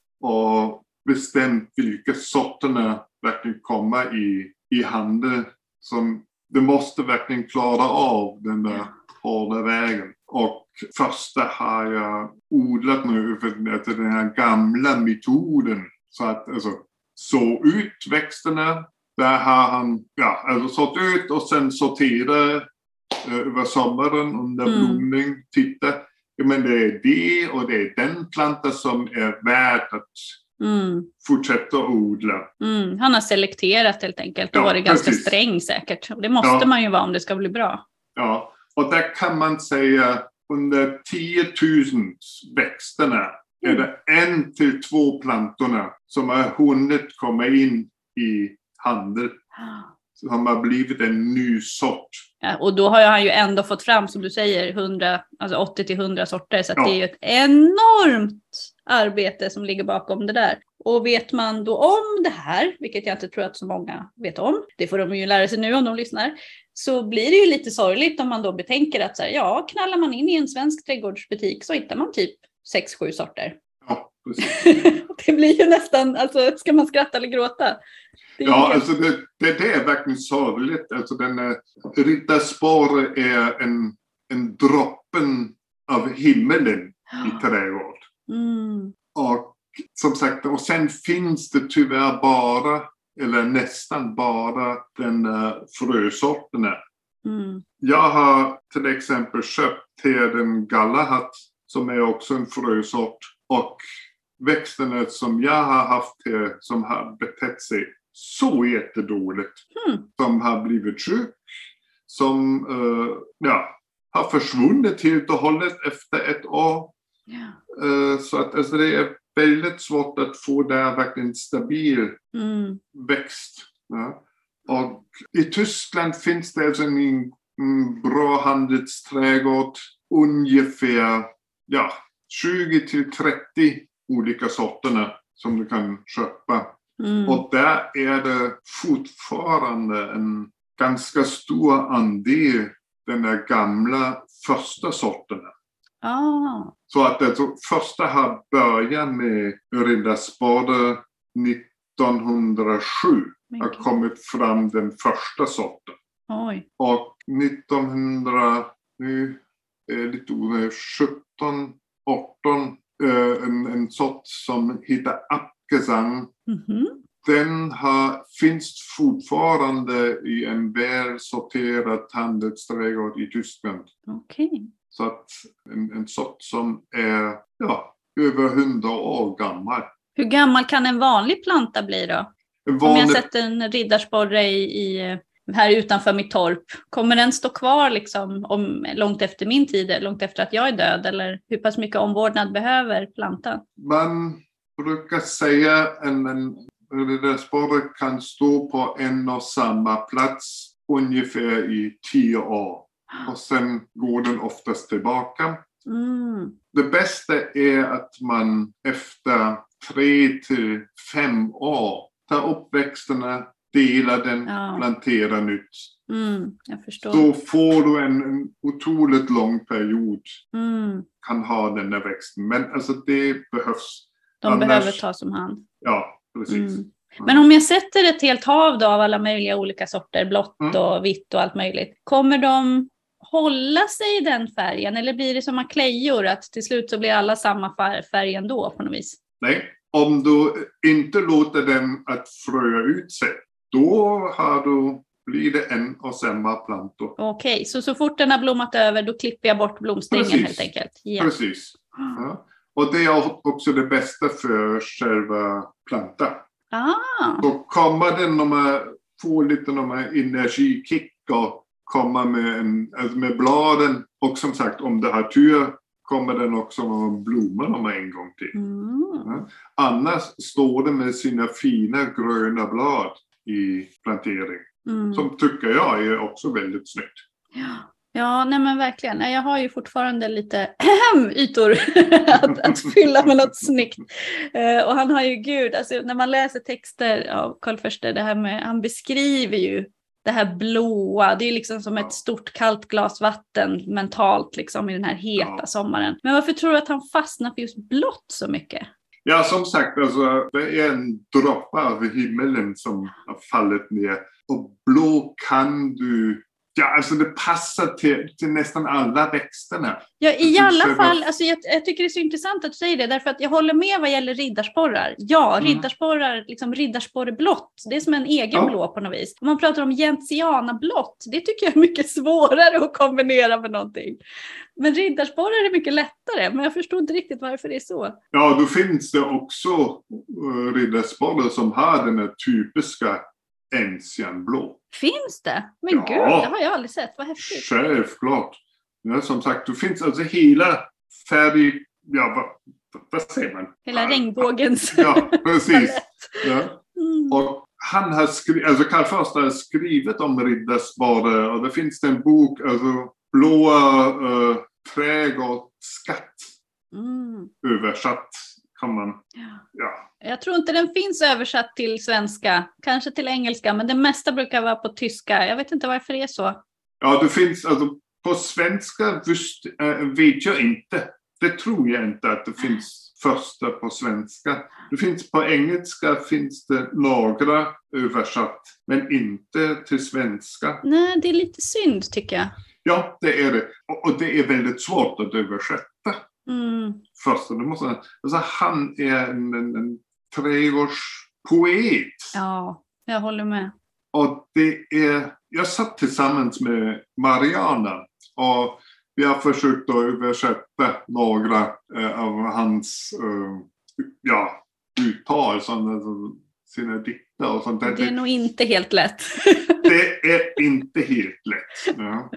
Och bestämt vilka sorterna verkligen kommer i, i handel. Som det måste verkligen klara av den där hårda vägen. Och första har jag odlat nu för den här gamla metoden. Så att alltså, så ut växterna. Där har han ja, alltså sått ut och sen sortera eh, över sommaren under mm. blomning. Titta, ja, men det är det och det är den planta som är värd att mm. fortsätta odla. Mm. Han har selekterat helt enkelt och ja, varit ganska precis. Sträng säkert. Och det måste ja. Man ju vara om det ska bli bra. Ja, och där kan man säga under tio tusen växterna mm. är det en till två plantorna som har hunnit komma in i handel. Som har blivit en ny sort. Ja, och då har han ju ändå fått fram, som du säger, hundra, alltså åttio till hundra sorter. Så att ja. Det är ju ett enormt arbete som ligger bakom det där. Och vet man då om det här, vilket jag inte tror att så många vet om, det får de ju lära sig nu om de lyssnar, så blir det ju lite sorgligt om man då betänker att så här, ja, knallar man in i en svensk trädgårdsbutik så hittar man typ sex sju sorter. Ja, precis. Det blir ju nästan, alltså ska man skratta eller gråta? Ja, helt... alltså det, det, det är verkligen sorgligt. Alltså den är, riddarsporre är en, en droppen av himmelen i trädgård. Mm. Och som sagt, och sen finns det tyvärr bara, eller nästan bara, den uh, frösorterna. Mm. Jag har till exempel köpt den Galahad som är också en frösort. Och växterna som jag har haft här som har betett sig så jättedåligt. Mm. Som har blivit sjuk. Som uh, ja, har försvunnit helt och hållet efter ett år. Yeah. Uh, så att alltså, det är väldigt svårt att få där verkligen stabil mm. växt. Ja. Och i Tyskland finns det alltså en, en bra handelsträdgård. Ungefär ja, tjugo till trettio olika sorterna som du kan köpa. Mm. Och där är det fortfarande en ganska stor andel den där gamla första sorterna. Ah. Så att det första har börjat med Riddarsport nittonhundrasju. Har kommit fram den första sorten. Oj. Och nittonhundra, nu är det lite orolig, sjutton, arton, en, en sort som heter Abgesang. Mm-hmm. Den har, finns fortfarande i en väl sorterad handelsträdgård i Tyskland. Okej. Okay. Så att en, en sort som är ja, över hundra år gammal. Hur gammal kan en vanlig planta bli då? Vanlig... Om jag sätter en riddarsporre i, i, här utanför mitt torp, kommer den stå kvar liksom om, långt efter min tid, långt efter att jag är död? Eller hur pass mycket omvårdnad behöver plantan? Man brukar säga att en, en riddarsporre kan stå på en och samma plats ungefär i tio år. Och sen går den oftast tillbaka. Mm. Det bästa är att man efter tre till fem år tar upp växterna, delar den, ja. planterar nytt. Mm, jag förstår. Då får du en, en otroligt lång period. Mm. Kan ha den där växten. Men alltså det behövs. De Annars, behöver tas om hand. Ja, precis. Mm. Men om jag sätter ett helt hav då av alla möjliga olika sorter, blått Mm. och vitt och allt möjligt. Kommer de hålla sig i den färgen? Eller blir det som klejor att till slut så blir alla samma färg ändå på något vis? Nej, om du inte låter den att fröa ut sig, då har du, blir det en och samma plantor. Okej, okay, så så fort den har blommat över då klipper jag bort blomstängen helt enkelt? Yeah. Precis. Ja. Och det är också det bästa för själva plantan. Ah. Då kommer den när man får lite när man energikick och kommer med, en, alltså med bladen. Och som sagt, om det har tur kommer den också med blommorna en gång till. Mm. Ja. Annars står det med sina fina gröna blad i plantering. Mm. Som tycker jag är också väldigt snyggt. Ja, ja nej men verkligen. Jag har ju fortfarande lite ytor att, att fylla med något snyggt. Uh, och han har ju gud, alltså när man läser texter av Karl Förster, det här med, han beskriver ju det här blåa, det är liksom som ett stort kallt glas vatten mentalt liksom i den här heta ja. sommaren. Men varför tror du att han fastnar för just blått så mycket? Ja, som sagt, alltså, det är en droppe av himmelen som har fallit ner. Och blå kan du... Ja, alltså det passar till, till nästan alla växterna. Ja, i alla fall, alltså jag, jag tycker det är så intressant att du säger det, därför att jag håller med vad gäller riddarsporrar. Ja, mm. riddarsporrar, liksom riddarsporreblått, det är som en egen ja. blå på något vis. Om man pratar om gentianablått, det tycker jag är mycket svårare att kombinera med någonting. Men riddarsporrar är mycket lättare, men jag förstår inte riktigt varför det är så. Ja, då finns det också uh, riddarsporrar som har den här typiska ensianblå. Finns det? Men ja, gud, det har jag aldrig sett. Vad häftigt. Självklart. Ja, som sagt, det finns alltså hela färdig... Ja, vad, vad säger man? Hela regnbågens ja, precis. Ja. Mm. Och han har skrivit... Alltså Karl Förster har skrivit om riddarsporrar. Och det finns en bok, alltså Blåa uh, trädgårdsskatt. Mm. Översatt. Kan man, ja. Jag tror inte den finns översatt till svenska, kanske till engelska, men det mesta brukar vara på tyska. Jag vet inte varför det är så. Ja, det finns, alltså på svenska just, äh, vet jag inte. Det tror jag inte att det finns första på svenska. Det finns på engelska, finns det några översatt, men inte till svenska. Nej, det är lite synd tycker jag. Ja, det är det. Och, och det är väldigt svårt att översätta. Mm. Först, det måste, alltså han är en, en, en trädgårdspoet. Ja, jag håller med. Och det är, jag satt tillsammans med Mariana och vi har försökt att översätta några eh, av hans eh, ja, uttal, alltså, sina dikter och sånt där. Det är nog inte helt lätt. Det är inte helt lätt. Ja.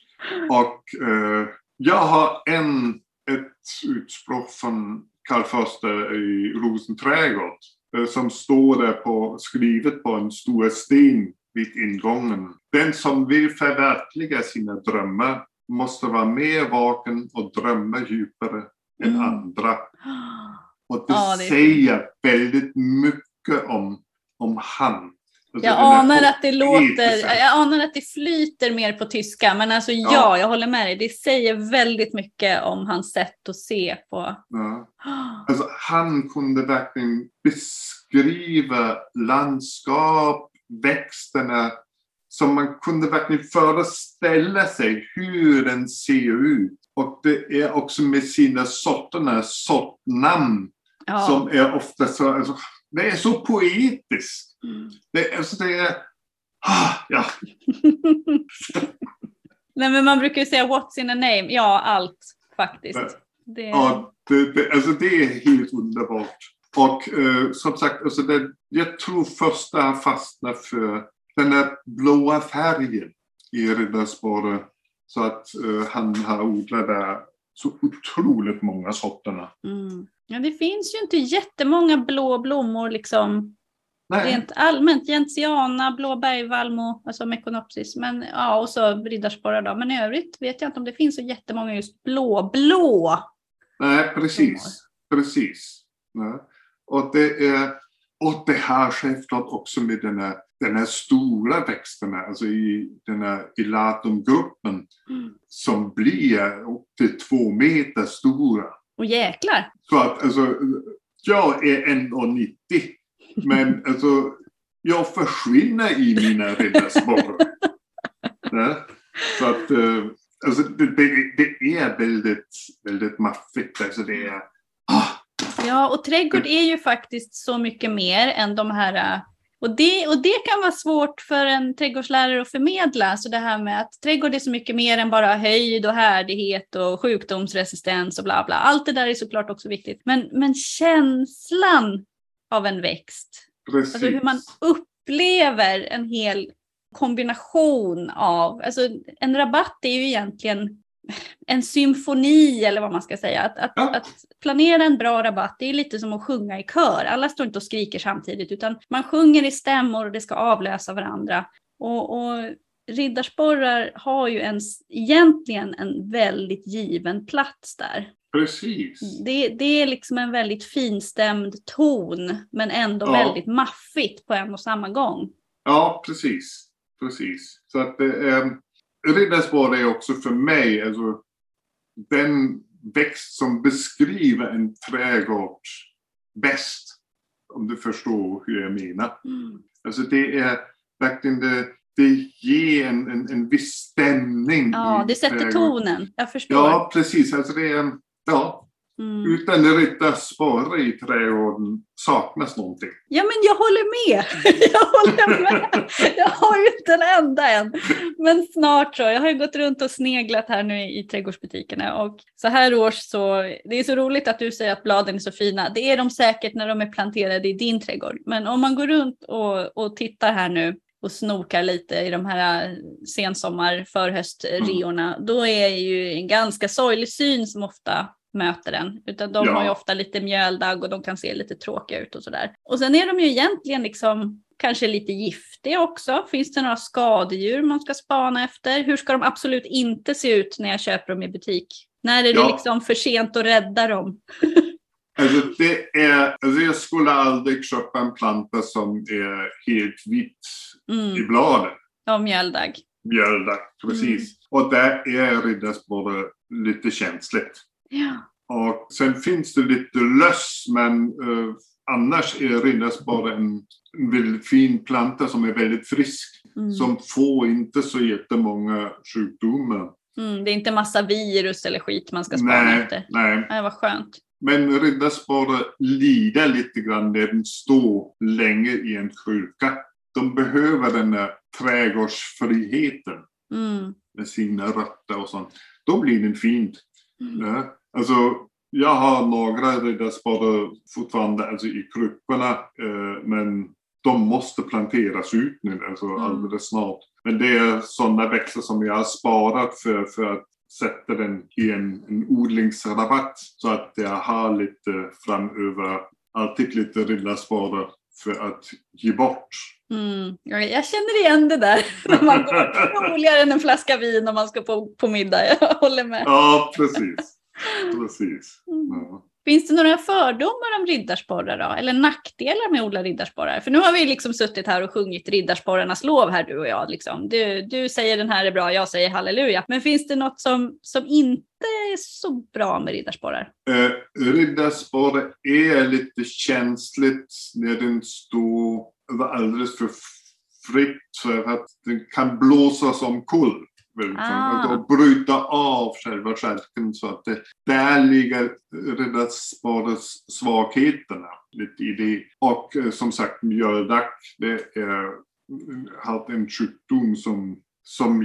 Och eh, jag har en ett utspråk från Karl Förster i Rosenträdgård som står där på, skrivet på en stor sten vid ingången. Den som vill förverkliga sina drömmar måste vara mer vaken och drömma djupare än Mm. andra. Och det, Ja, det är säger väldigt mycket om, om han. Alltså, Jag den är anar att det låter, poetiska. jag anar att det flyter mer på tyska, men alltså ja, Ja. jag håller med dig. Det säger väldigt mycket om hans sätt att se på. Ja. Alltså, han kunde verkligen beskriva landskap, växterna, som man kunde verkligen föreställa sig hur den ser ut. Och det är också med sina sorterna, sortnamn, Ja. som är ofta så, alltså, det är så poetiskt. Mm. Det, alltså, det är, ah, ja. Nej, men man brukar ju säga what's in a name. Ja, allt faktiskt. Det... Ja, det, det, alltså, det är helt underbart. Och eh, som sagt, alltså, det, jag tror första han fastnar för den där blåa färgen i Riddarsporre. Så att eh, han har odlat där så otroligt många sorterna. Mm. Ja, det finns ju inte jättemånga blå blommor liksom. Nej. Rent allmänt, gentiana, blå bergvallmo, alltså mekonopsis, men ja, och så riddarsporrar då. Men i övrigt vet jag inte om det finns så jättemånga just blå, blå. Nej, precis. Precis. Nej. Och det är, och det här självklart också med den här, den här stora växterna, alltså i den här Elatum-gruppen, Mm. som blir upp till två meter stora. Och jäklar. Så att alltså, jag är en komma nittio. Men alltså, jag försvinner i mina riddarsporrar. Ja? Så att alltså, det, det, det är väldigt, väldigt maffigt. Alltså, det är, ah. Ja, och trädgård är ju faktiskt så mycket mer än de här. Och det, och det kan vara svårt för en trädgårdslärare att förmedla. Så det här med att trädgård är så mycket mer än bara höjd och härdighet och sjukdomsresistens och bla bla. Allt det där är såklart också viktigt. Men, men känslan av en växt. Precis. Alltså hur man upplever en hel kombination av, alltså en rabatt är ju egentligen en symfoni eller vad man ska säga. Att, att, Ja. att planera en bra rabatt, det är lite som att sjunga i kör. Alla står inte och skriker samtidigt, utan man sjunger i stämmor och det ska avlösa varandra. Och, och riddarsporrar har ju en, egentligen en väldigt given plats där. Precis. Det, det är liksom en väldigt finstämd ton, men ändå Ja. väldigt maffigt på en och samma gång. Ja, precis. Precis. Så att eh, Riddarsporre är också för mig alltså, den växt som beskriver en trädgård bäst. Om du förstår hur jag menar. Mm. Alltså det är verkligen det, det ger en, en, en viss stämning. Ja, i det sätter trädgården. tonen. Jag förstår. Ja, precis. Alltså det är, ja. Mm. Utan Riddarsporre i trädgården saknas någonting. Ja, men jag håller med. Jag håller med. Jag har ju inte en enda än. Men snart så. Jag har ju gått runt och sneglat här nu i trädgårdsbutikerna. Och så här års så, det är så roligt att du säger att bladen är så fina. Det är de säkert när de är planterade i din trädgård. Men om man går runt och, och tittar här nu och snokar lite i de här sensommar förhöstreorna. Mm. Då är ju en ganska sorglig syn som ofta möter den. Utan de Ja. har ju ofta lite mjöldagg och de kan se lite tråkiga ut och sådär. Och sen är de ju egentligen liksom kanske lite giftiga också. Finns det några skadedjur man ska spana efter? Hur ska de absolut inte se ut när jag köper dem i butik? När är det Ja. liksom för sent att rädda dem? Alltså det är, alltså jag skulle aldrig köpa en planta som är helt vit Mm. i bladen. Ja, mjöldagg. Mjölda, precis. Mm. Och där är Riddarsporre lite känsligt. Ja. Och sen finns det lite löss, men eh, annars är Riddarsporre en, en väldigt fin planta som är väldigt frisk. Mm. Som får inte så jättemånga sjukdomar. Mm, det är inte massa virus eller skit man ska spana nej, efter. Nej, nej. Vad skönt. Men Riddarsporre lider lite grann när den står länge i en kruka. De behöver den där trädgårdsfriheten mm. med sina rötter och sånt. Då blir den fint. Mm. Ja. Alltså, jag har några Riddarsporre fortfarande alltså, i krukorna. Eh, men de måste planteras ut nu alltså, mm. alldeles snart. Men det är sådana växter som jag har sparat för, för att sätta den i en, en odlingsrabatt. Så att jag har lite framöver alltid lite Riddarsporre för att ge bort. Mm. Jag känner igen det där. När man går roligare än en flaska vin om man ska på, på middag. Jag håller med. Ja, precis. Precis. Ja. Finns det några fördomar om riddarsporrar då? Eller nackdelar med att odla riddarsporrar? För nu har vi liksom suttit här och sjungit riddarsporrarnas lov här, du och jag. Liksom. Du, du säger den här är bra, jag säger halleluja. Men finns det något som, som inte är så bra med riddarsporrar? Eh, riddarsporrar är lite känsligt när den står alldeles för fritt för att den kan blåsas omkull. Ah. Och bryta av själva skälken så att det, där ligger riddarsporrens svagheterna lite i det. Och eh, som sagt, mjöldack, det är halt en sjukdom som, som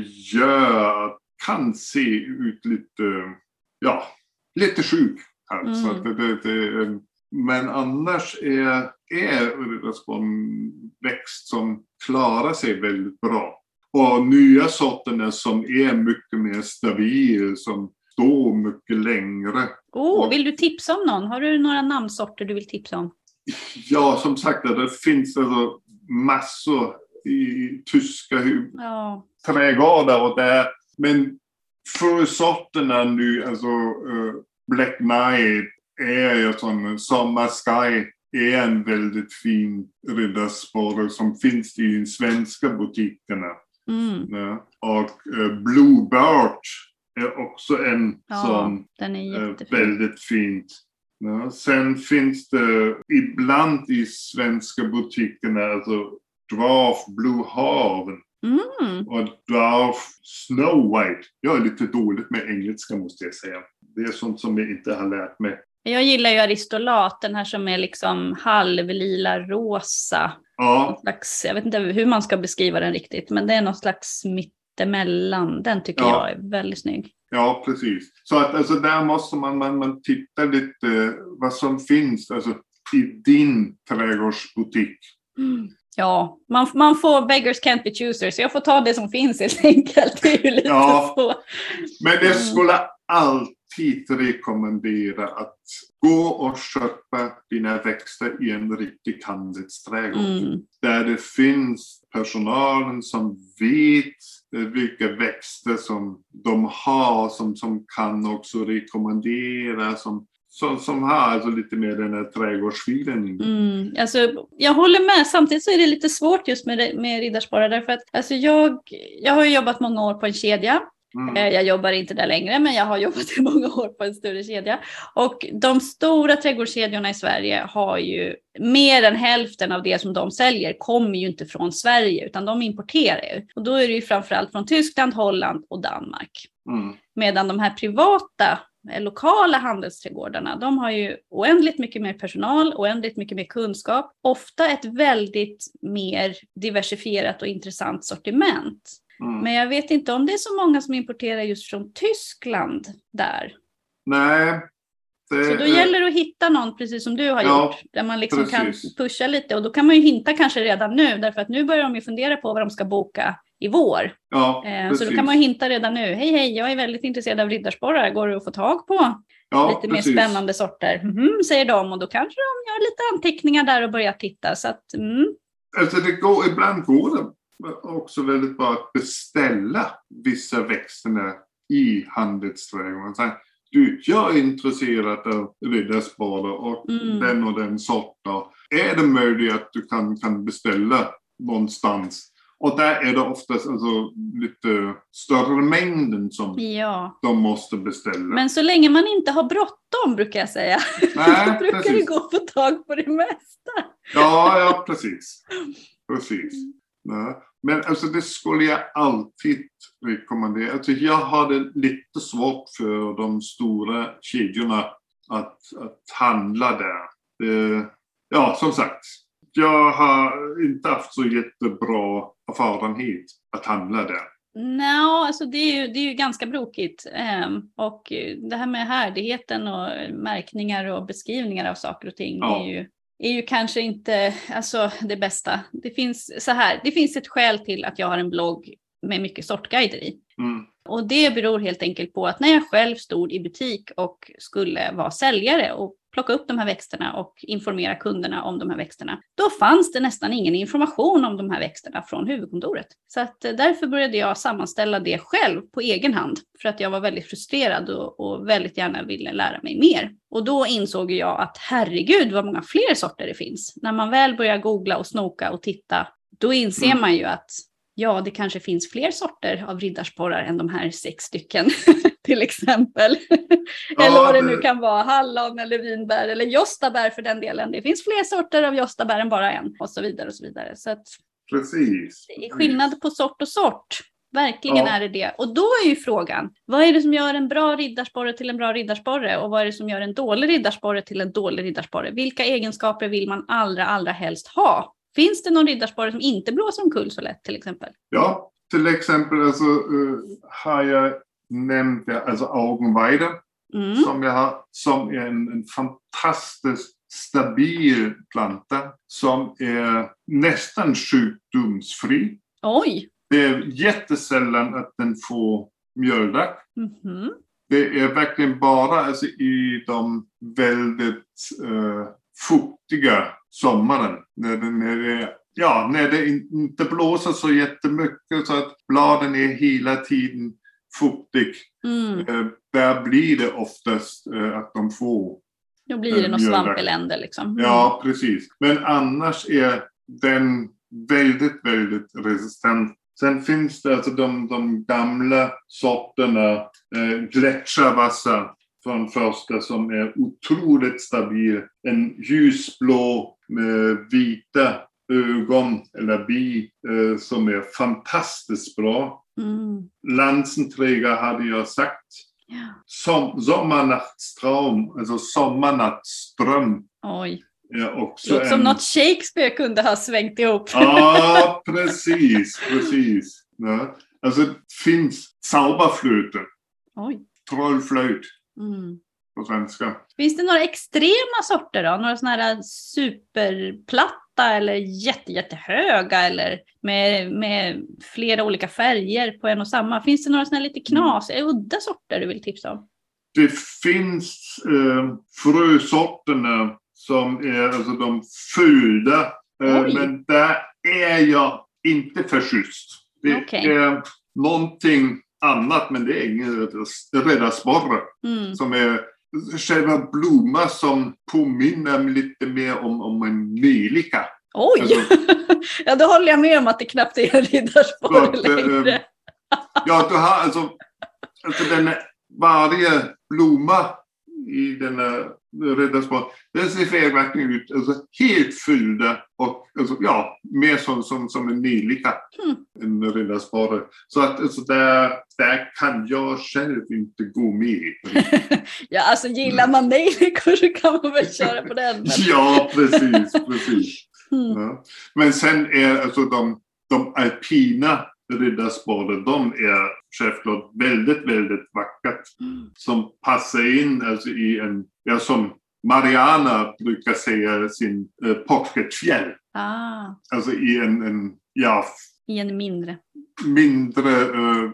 gör att kan se ut lite, ja, lite sjuk. Mm. Så att det, det, det, men annars är, är riddarsporren växt som klarar sig väldigt bra. Och nya sorterna som är mycket mer stabil, som står mycket längre. Oh, vill du tipsa om någon? Har du några namnsorter du vill tipsa om? Ja, som sagt, det finns alltså massor i tyska ja. trädgårdar och där. Men frösorterna nu, alltså uh, Black Knight är ju sån, Summer Sky är en väldigt fin riddarsporre som finns i de svenska butikerna. Mm. Ja. Och uh, Blue Birch är också en ja, sån den är uh, väldigt fint. Ja. Sen finns det ibland i svenska butikerna alltså Dwarf Blue Haven mm. och Dwarf Snow White. Jag är lite dåligt med engelska måste jag säga. Det är sånt som jag inte har lärt mig. Jag gillar ju Aristolat, den här som är liksom halvlila rosa. Ja. Slags, jag vet inte hur man ska beskriva den riktigt, men det är någon slags mittemellan. Den tycker ja. jag är väldigt snygg. Ja, precis. Så att alltså, där måste man, man, man titta lite vad som finns alltså, i din trädgårdsbutik. Mm. Ja, man, man får beggars can't be choosers. Så jag får ta det som finns helt enkelt. Det är ju lite ja. så. Men det skulle alltid rekommendera att gå och köpa dina växter i en riktig handelsträdgård. Mm. Där det finns personalen som vet vilka växter som de har, som, som kan också rekommendera, som, som, som har alltså lite mer den här trädgårdsfilen. Mm, alltså, jag håller med, samtidigt så är det lite svårt just med, med riddarsporrar därför att alltså jag, jag har ju jobbat många år på en kedja. Mm. Jag jobbar inte där längre, men jag har jobbat i många år på en större kedja. Och de stora trädgårdskedjorna i Sverige har ju mer än hälften av det som de säljer kommer ju inte från Sverige, utan de importerar ju. Och då är det ju framförallt från Tyskland, Holland och Danmark. Mm. Medan de här privata, lokala handelsträdgårdarna, de har ju oändligt mycket mer personal, oändligt mycket mer kunskap. Ofta ett väldigt mer diversifierat och intressant sortiment. Mm. Men jag vet inte om det är så många som importerar just från Tyskland där. Nej. Det, så då gäller det att hitta någon, precis som du har ja, gjort, där man liksom kan pusha lite. Och då kan man ju hinta kanske redan nu, därför att nu börjar de ju fundera på vad de ska boka i vår. Ja, eh, så då kan man ju hinta redan nu. Hej, hej, jag är väldigt intresserad av riddarsporrar. Går det att få tag på ja, lite precis. mer spännande sorter? Mm, säger de, och då kanske de gör lite anteckningar där och börjar titta. Så att, mm. Alltså det går, ibland går det också väldigt bra att beställa vissa växterna i handelsträdgården. Du, jag är intresserad av riddarsporrar och mm. den och den sorten. Är det möjligt att du kan, kan beställa någonstans? Och där är det oftast alltså lite större mängden som ja. de måste beställa. Men så länge man inte har bråttom, brukar jag säga. Nej, då brukar precis. det gå att få tag på det mesta. Ja, ja precis. Precis. Nej. Men alltså det skulle jag alltid rekommendera. Alltså jag hade lite svårt för de stora kedjorna att, att handla där. Det, ja, som sagt. Jag har inte haft så jättebra erfarenhet att handla där. Nej, no, alltså det är, ju, det är ju ganska brokigt. Um, och det här med härdigheten och märkningar och beskrivningar av saker och ting ja. är ju... är ju kanske inte alltså, det bästa. Det finns, så här, det finns ett skäl till att jag har en blogg med mycket sortguider i. Mm. Och det beror helt enkelt på att när jag själv stod i butik och skulle vara säljare och plocka upp de här växterna och informera kunderna om de här växterna, då fanns det nästan ingen information om de här växterna från huvudkontoret. Så att därför började jag sammanställa det själv på egen hand, för att jag var väldigt frustrerad och, och väldigt gärna ville lära mig mer. Och då insåg jag att herregud vad många fler sorter det finns. När man väl börjar googla och snoka och titta, då inser mm. man ju att ja, det kanske finns fler sorter av riddarsporrar än de här sex stycken till exempel. Ja, eller vad det det... nu kan vara, hallon eller vinbär eller jostabär för den delen. Det finns fler sorter av jostabär än bara en och så vidare och så vidare. Så att Precis. det är skillnad på sort och sort. Verkligen ja. är det det. Och då är ju frågan, vad är det som gör en bra riddarsporre till en bra riddarsporre? Och vad är det som gör en dålig riddarsporre till en dålig riddarsporre? Vilka egenskaper vill man allra, allra helst ha? Finns det någon riddarsporre som inte blåser omkull så lätt till exempel? Ja, till exempel alltså, uh, har jag nämnt ja, alltså Augenweide mm. som, jag har, som är en, en fantastiskt stabil planta som är nästan sjukdomsfri. Oj! Det är jättesällan att den får mjöldack. Mm-hmm. Det är verkligen bara alltså, i de väldigt uh, fuktiga sommaren. När det, när, det, ja, när det inte blåser så jättemycket så att bladen är hela tiden fuktig. Mm. Uh, där blir det oftast uh, att de får Då blir det uh, något svampelände liksom. Mm. Ja, precis. Men annars är den väldigt, väldigt resistent. Sen finns det alltså de, de gamla sorterna, eh, gletscherwasser från första som är otroligt stabil. En ljusblå med vita ögon eller bi eh, som är fantastiskt bra. Mm. Lansenträger hade jag sagt. Ja. Som, sommarnattstraum, alltså sommarnattsdröm. Oj. Ja, också låter som en... något Shakespeare kunde ha svängt ihop. Ja, precis, precis. Ja. Alltså det finns Zauberflöte. Oj. Trollflöjt mm. på svenska. Finns det några extrema sorter då? Några sådana här superplatta eller jätte, jättehöga eller med, med flera olika färger på en och samma? Finns det några sådana här lite knas, mm. udda sorter du vill tipsa om? Det finns eh, frösorterna som är alltså de fyllda. Eh, men där är jag inte förtjust. Det okay. är någonting annat, men det är ingen riddarsporre. Mm. Som är själva blomma som påminner lite mer om, om en nelika. Oj! Alltså, ja, då håller jag med om att det knappt är en riddarsporre längre. Äh, ja, du har alltså, alltså den, varje blomma i den riddarsporre, den ser verkligen ut alltså, helt fyllda och alltså, ja, mer som, som, som en nelika mm. en riddarsporre. Så att alltså, där, där kan jag själv inte gå med. Ja, alltså gillar man nejlikor så kan man väl köra på den. Men... ja, precis, precis. Mm. Ja. Men sen är alltså de, de alpina riddarsporre, de är självklart väldigt, väldigt vackert. Mm. Som passar in alltså, i en, ja, som Mariana brukar säga, sin eh, pocketfjäll. Ah. Alltså i en, en, ja, i en mindre. Mindre uh,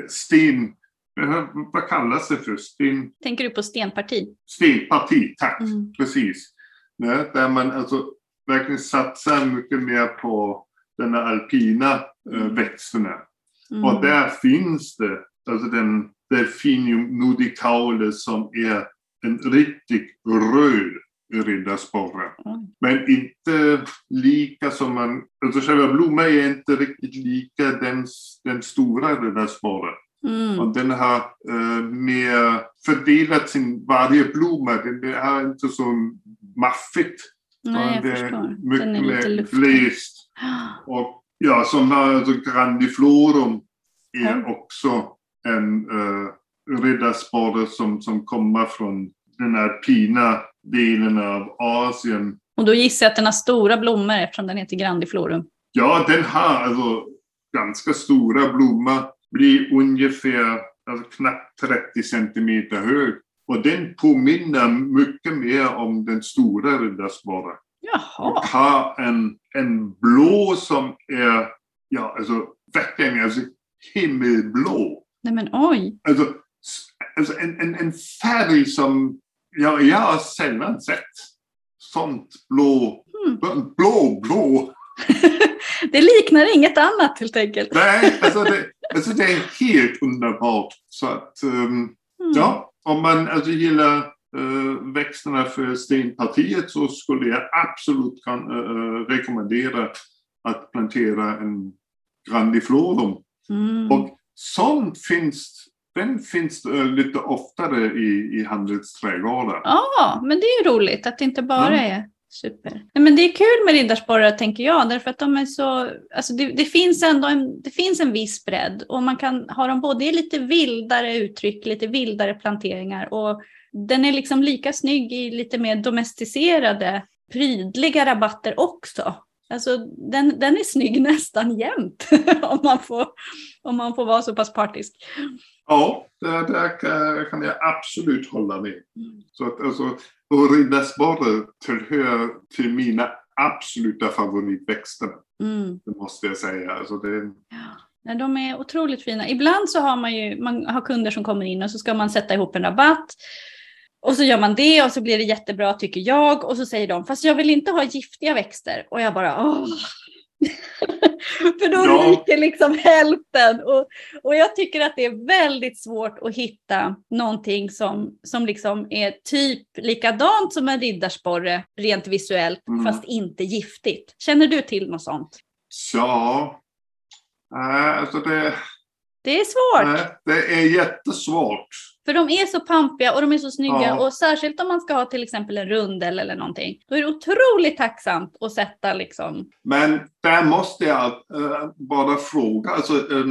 sten. Uh, vad kallas det för? Sten... Tänker du på stenparti? Stenparti, tack. Mm. Precis. Ja, där man alltså verkligen satsar mycket mer på den alpina uh, växterna. Mm. Och där finns det alltså den Delphinium nudicaule som är en riktigt röd riddarsporre. Mm. Men inte lika som man... Alltså själva blomman är inte riktigt lika den, den stora riddarsporren. Mm. Och den har eh, mer fördelat sin varje blomma. Den har inte så maffigt. Nej, jag det förstår. Mycket Den är lite luftig. glest. Och ja, som har alltså grandiflorum är mm. också en uh, riddarsporre som, som kommer från den alpina delen av Asien. Och då gissar jag att den har stora blommor eftersom den heter grandiflorum. Ja, den har alltså ganska stora blommor. Blir ungefär alltså, knappt trettio centimeter hög. Och den påminner mycket mer om den stora riddarsporren. Jaha. Och har en, en blå som är, ja, alltså verkligen alltså, himmelblå. Nej men oj. Alltså, alltså en, en, en färg som jag, jag har sällan sett. Sånt blå, mm. blå, blå. Det liknar inget annat helt enkelt. Nej, alltså det, alltså det är helt underbart. Så att, um, mm. ja, om man alltså gillar uh, växterna för stenpartiet så skulle jag absolut kan, uh, rekommendera att plantera en grandiflorum. Mm. Och sånt finns, den finns uh, lite oftare i, i handelsträdgårdar. Ja, ah, men det är ju roligt att det inte bara mm. är super. Nej, men det är kul med riddarsporrar tänker jag, därför att de är så, alltså det, det finns ändå en, det finns en viss bredd och man kan ha dem både i lite vildare uttryck, lite vildare planteringar och den är liksom lika snygg i lite mer domesticerade, prydliga rabatter också. Alltså den, den är snygg nästan jämt om man får, om man får vara så pass partisk. Ja, det, det kan jag absolut hålla med. Så att alltså, och riddarsporrar tillhör till mina absoluta favoritväxter. Mm. Det måste jag säga. Alltså det... ja, de är otroligt fina. Ibland så har man ju, man har kunder som kommer in och så ska man sätta ihop en rabatt. Och så gör man det och så blir det jättebra tycker jag. Och så säger de, fast jag vill inte ha giftiga växter. Och jag bara, åh. För då ja. ryker liksom hälften. Och, och jag tycker att det är väldigt svårt att hitta någonting som, som liksom är typ likadant som en riddarsporre rent visuellt, mm. fast inte giftigt. Känner du till något sånt? Ja, äh, alltså det... Det är svårt. Äh, det är jättesvårt. För de är så pampiga och de är så snygga. Ja. Och särskilt om man ska ha till exempel en rundel eller någonting. Då är det otroligt tacksamt att sätta liksom. Men där måste jag äh, bara fråga. Alltså, äh,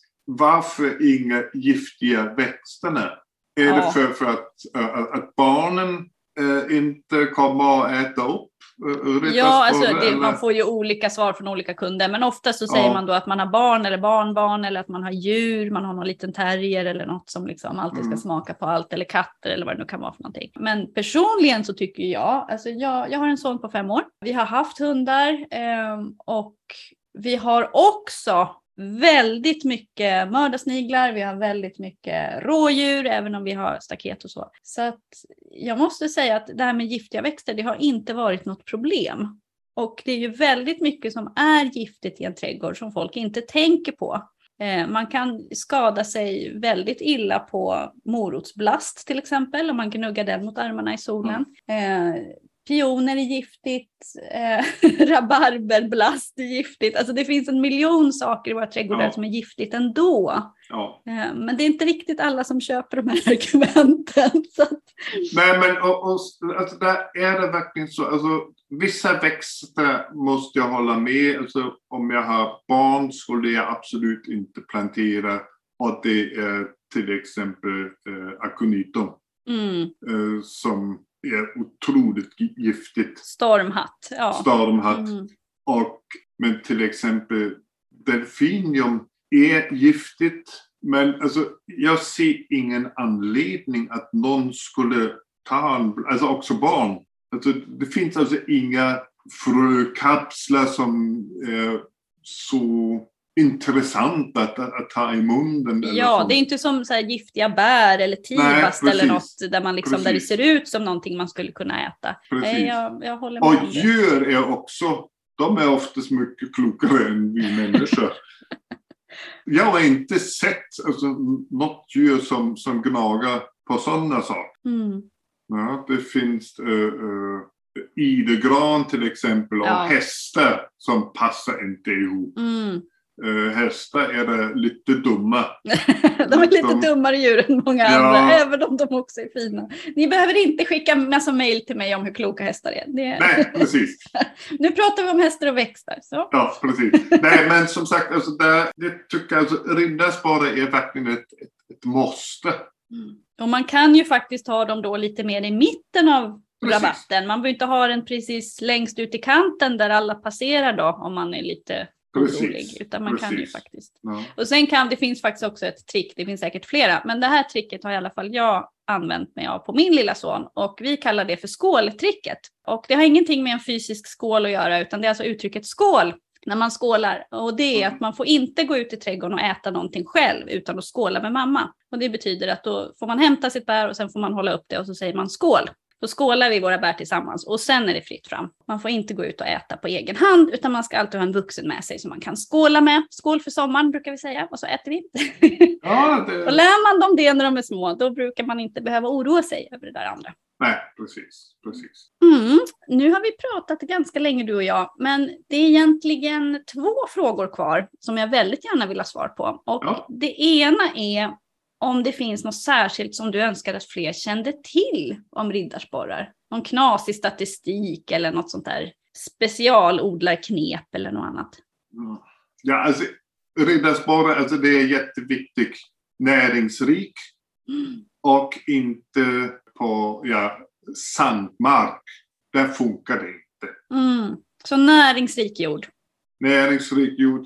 varför inga giftiga växterna? Är ja. det för, för att, äh, att barnen äh, inte kommer att äta upp? Ja, alltså det, man får ju olika svar från olika kunder. Men ofta så säger ja. man då att man har barn eller barnbarn. Eller att man har djur, man har någon liten terrier eller något som liksom alltid ska mm. smaka på allt. Eller katter eller vad det nu kan vara för någonting. Men personligen så tycker jag, alltså jag, jag har en son på fem år. Vi har haft hundar eh, och vi har också väldigt mycket mördarsniglar, vi har väldigt mycket rådjur, även om vi har staket och så. Så att jag måste säga att det här med giftiga växter, det har inte varit något problem. Och det är ju väldigt mycket som är giftigt i en trädgård som folk inte tänker på. Eh, man kan skada sig väldigt illa på morotsblast till exempel, om man gnuggar den mot armarna i solen. Eh, Pioner är giftigt, eh, rabarberblast är giftigt. Alltså det finns en miljon saker i våra trädgårdar ja. som är giftigt ändå. Ja. Eh, men det är inte riktigt alla som köper de här argumenten. Så att... Nej, men och, och, alltså, där är det verkligen så. Alltså, vissa växter måste jag hålla med. Alltså, om jag har barn skulle jag absolut inte plantera. Och det är till exempel eh, aconitum. Mm. Eh, som... är otroligt giftigt. Stormhatt. Ja. Stormhatt. Mm. Och, men till exempel delfinium är giftigt. Men alltså, jag ser ingen anledning att någon skulle ta en, alltså också barn. Alltså, det finns alltså inga frökapslar som är så intressant att, att, att ta i munnen. Ja, det är inte som så här giftiga bär eller tibast eller något där, man liksom, där det ser ut som någonting man skulle kunna äta. Nej, jag, jag håller med. Och djur är också, de är oftast mycket klokare än vi människor. Jag har inte sett alltså, något djur som, som gnagar på sådana saker. Mm. Ja, det finns uh, uh, idegran till exempel och ja. hästar som passar inte ihop. Mm. Uh, hästar är det lite dumma. De är lite de... dummare djur än många ja. andra, även om de också är fina. Ni behöver inte skicka massa mejl till mig om hur kloka hästar är. Det... Nej, precis. Nu pratar vi om hästar och växter. Så. Ja, precis. Nej, men som sagt, alltså, det, det tycker jag, alltså, riddarsporre är verkligen ett, ett, ett måste. Mm. Och man kan ju faktiskt ha dem då lite mer i mitten av precis. rabatten. Man behöver inte ha den precis längst ut i kanten där alla passerar då, om man är lite... orolig, utan man Precis. kan ju faktiskt. Ja. Och sen kan det finns faktiskt också ett trick, det finns säkert flera, men det här tricket har i alla fall jag använt mig av på min lilla son och vi kallar det för skåltricket. Och det har ingenting med en fysisk skål att göra, utan det är alltså uttrycket skål. när man skålar. Och det är att man får inte gå ut i trädgården och äta någonting själv utan att skåla med mamma. Och det betyder att då får man hämta sitt bär och sen får man hålla upp det och så säger man skål. Då skålar vi våra bär tillsammans och sen är det fritt fram. Man får inte gå ut och äta på egen hand utan man ska alltid ha en vuxen med sig som man kan skåla med. Skål för sommaren brukar vi säga och så äter vi. Ja, det... Och lär man dem det när de är små då brukar man inte behöva oroa sig över det där andra. Nej, precis. precis. Mm. Nu har vi pratat ganska länge du och jag, men det är egentligen två frågor kvar som jag väldigt gärna vill ha svar på. Och Ja. det ena är om det finns något särskilt som du önskar att fler kände till om riddarsporrar. Någon knasig statistik eller något sånt där specialodlarknep eller något annat. Mm. Ja, alltså riddarsporrar, alltså det är jätteviktigt. Näringsrik Mm. och inte på ja, sandmark. Där funkar det inte. Mm. Så näringsrik jord. Näringsrik jord,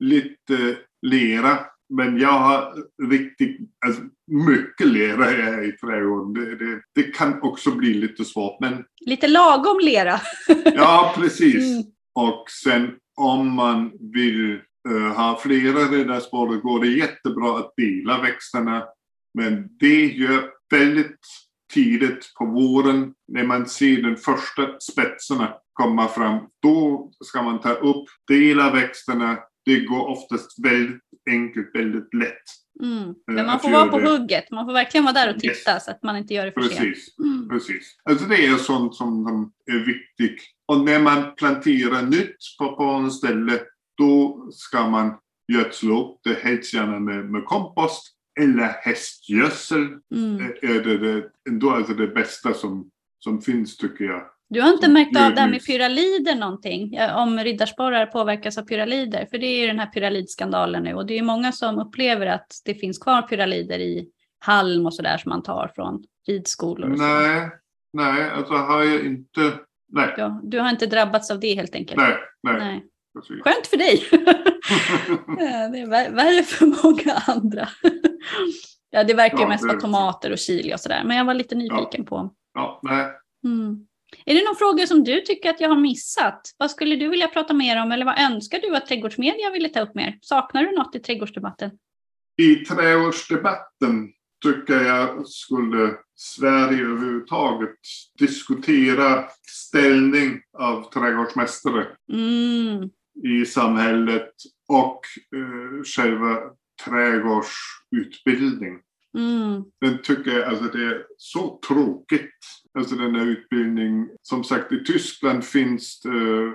lite lera. Men jag har riktigt, alltså mycket lera här i trädgården. Det, det, det kan också bli lite svårt. Men, Lite lagom lera. ja, precis. Mm. Och sen om man vill uh, ha flera riddarsporrar går det jättebra att dela växterna. Men det gör väldigt tidigt på våren när man ser den första spetsarna komma fram. Då ska man ta upp, dela växterna. Det går oftast väldigt enkelt, väldigt lätt. Mm. Men man får vara på det. Hugget. Man får verkligen vara där och titta yes. så att man inte gör det för precis, sent. Mm. Precis. Alltså det är sånt som, som är viktigt. Och när man planterar nytt på, på en ställe då ska man gödsla upp det helst gärna med, med kompost eller hästgödsel. Mm. Är det, det ändå alltså det bästa som, som finns tycker jag. Du har inte märkt av det här med pyralider någonting? Om riddarsporrar påverkas av pyralider? För det är ju den här pyralidskandalen nu. Och det är många som upplever att det finns kvar pyralider i halm och sådär som man tar från ridskolor. Och nej, så. nej, alltså har jag inte... Nej. Ja, du har inte drabbats av det helt enkelt? Nej, nej. nej. Skönt för dig. Ja, det är värre för många andra. Ja, det verkar ju ja, mest vara tomater och chili och sådär. Men jag var lite nyfiken ja. på. Ja, nej. Mm. Är det någon fråga som du tycker att jag har missat? Vad skulle du vilja prata mer om? Eller vad önskar du att trädgårdsmedia ville ta upp mer? Saknar du något i trädgårdsdebatten? I trädgårdsdebatten tycker jag skulle Sverige överhuvudtaget diskutera ställning av trädgårdsmästare mm. i samhället och eh, själva trädgårdsutbildning. Mm. Den tycker jag alltså det är så tråkigt. Alltså den här utbildningen. Som sagt i Tyskland finns det eh,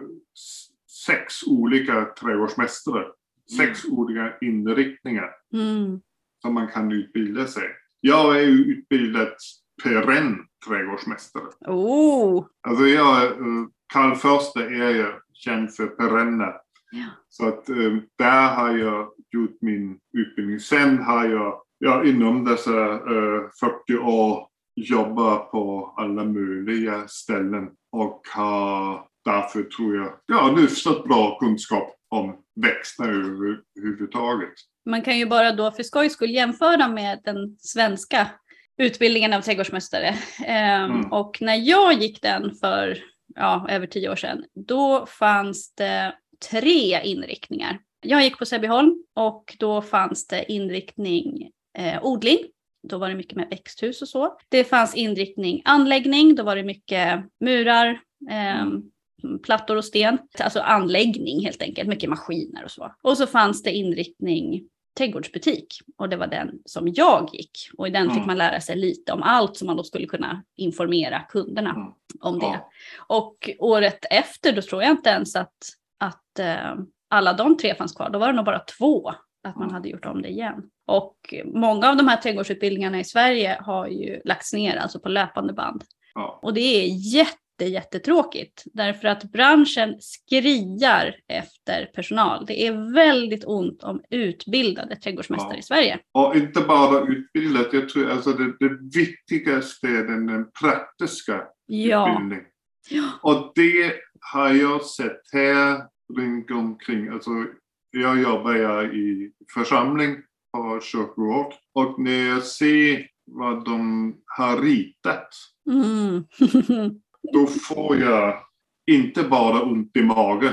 sex olika trädgårdsmästare. Mm. Sex olika inriktningar. Mm. Som man kan utbilda sig. Jag är ju utbildad perenn trädgårdsmästare. Oh. Alltså jag, Karl Förster är jag känd för perenner. Ja. Så att där har jag gjort min utbildning. Sen har jag ja, inom dessa uh, fyrtio år jobbat på alla möjliga ställen. Och har därför tror jag ja, lyftat bra kunskap om växter överhuvudtaget. Man kan ju bara då för skojs skull jämföra med den svenska utbildningen av trädgårdsmästare. Ehm, mm. Och när jag gick den för ja, över tio år sedan, då fanns det tre inriktningar. Jag gick på Säbyholm och då fanns det inriktning eh, odling. Då var det mycket med växthus och så. Det fanns inriktning anläggning, då var det mycket murar, eh, mm. plattor och sten. Alltså anläggning helt enkelt, mycket maskiner och så. Och så fanns det inriktning trädgårdsbutik och det var den som jag gick. Och i den mm. fick man lära sig lite om allt som man då skulle kunna informera kunderna mm. om det. Ja. Och året efter då tror jag inte ens att, att äh, alla de tre fanns kvar. Då var det nog bara två att man mm. hade gjort om det igen. Och många av de här trädgårdsutbildningarna i Sverige har ju lagts ner alltså på löpande band. Ja. Och det är jätte Det är jättetråkigt därför att branschen skriar efter personal. Det är väldigt ont om utbildade trädgårdsmästare ja. i Sverige. Och inte bara utbildat, jag tror alltså det, det viktigaste är den, den praktiska ja. utbildningen. Ja. Och det har jag sett här runt omkring. Alltså jag jobbar jag i församling på kyrkogård och när jag ser vad de har ritat mm. då får jag inte bara ont i magen.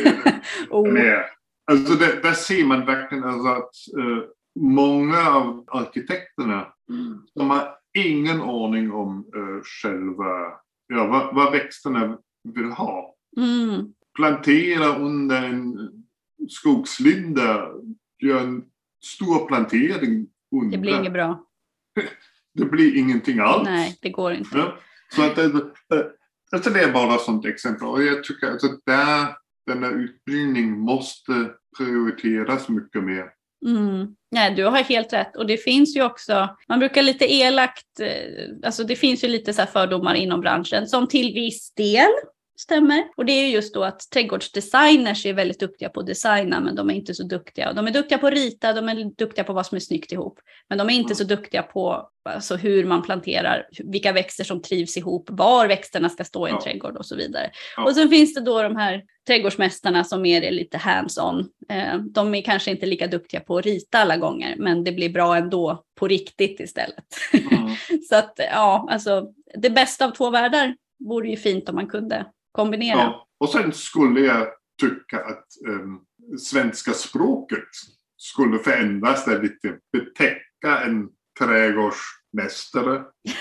oh. Mer. Alltså det, där ser man verkligen alltså att uh, många av arkitekterna mm. de har ingen aning om uh, själva ja, vad, vad växterna vill ha. Mm. Plantera under en skogslinda, gör en stor plantering under. Det blir inget bra. Det blir ingenting alls. Nej, det går inte. Ja, så att det, alltså det är bara ett sånt exempel. Och jag tycker att alltså där den här utbildningen måste prioriteras mycket mer. Mm. Nej, du har helt rätt. Och det finns ju också, man brukar lite elakt, alltså det finns ju lite så här fördomar inom branschen som till viss del stämmer. Och det är just då att trädgårdsdesigners är väldigt duktiga på att designa, men de är inte så duktiga. De är duktiga på att rita, de är duktiga på vad som är snyggt ihop. Men de är inte så duktiga på alltså, hur man planterar, vilka växter som trivs ihop, var växterna ska stå i en ja. trädgård och så vidare. Ja. Och sen finns det då de här trädgårdsmästarna som är lite hands-on. De är kanske inte lika duktiga på att rita alla gånger, men det blir bra ändå på riktigt istället. Mm. Så att ja, alltså det bästa av två världar vore ju fint om man kunde kombinera. Ja, och sen skulle jag tycka att um, svenska språket skulle förändras där lite. Betäcka en trädgårdsmästare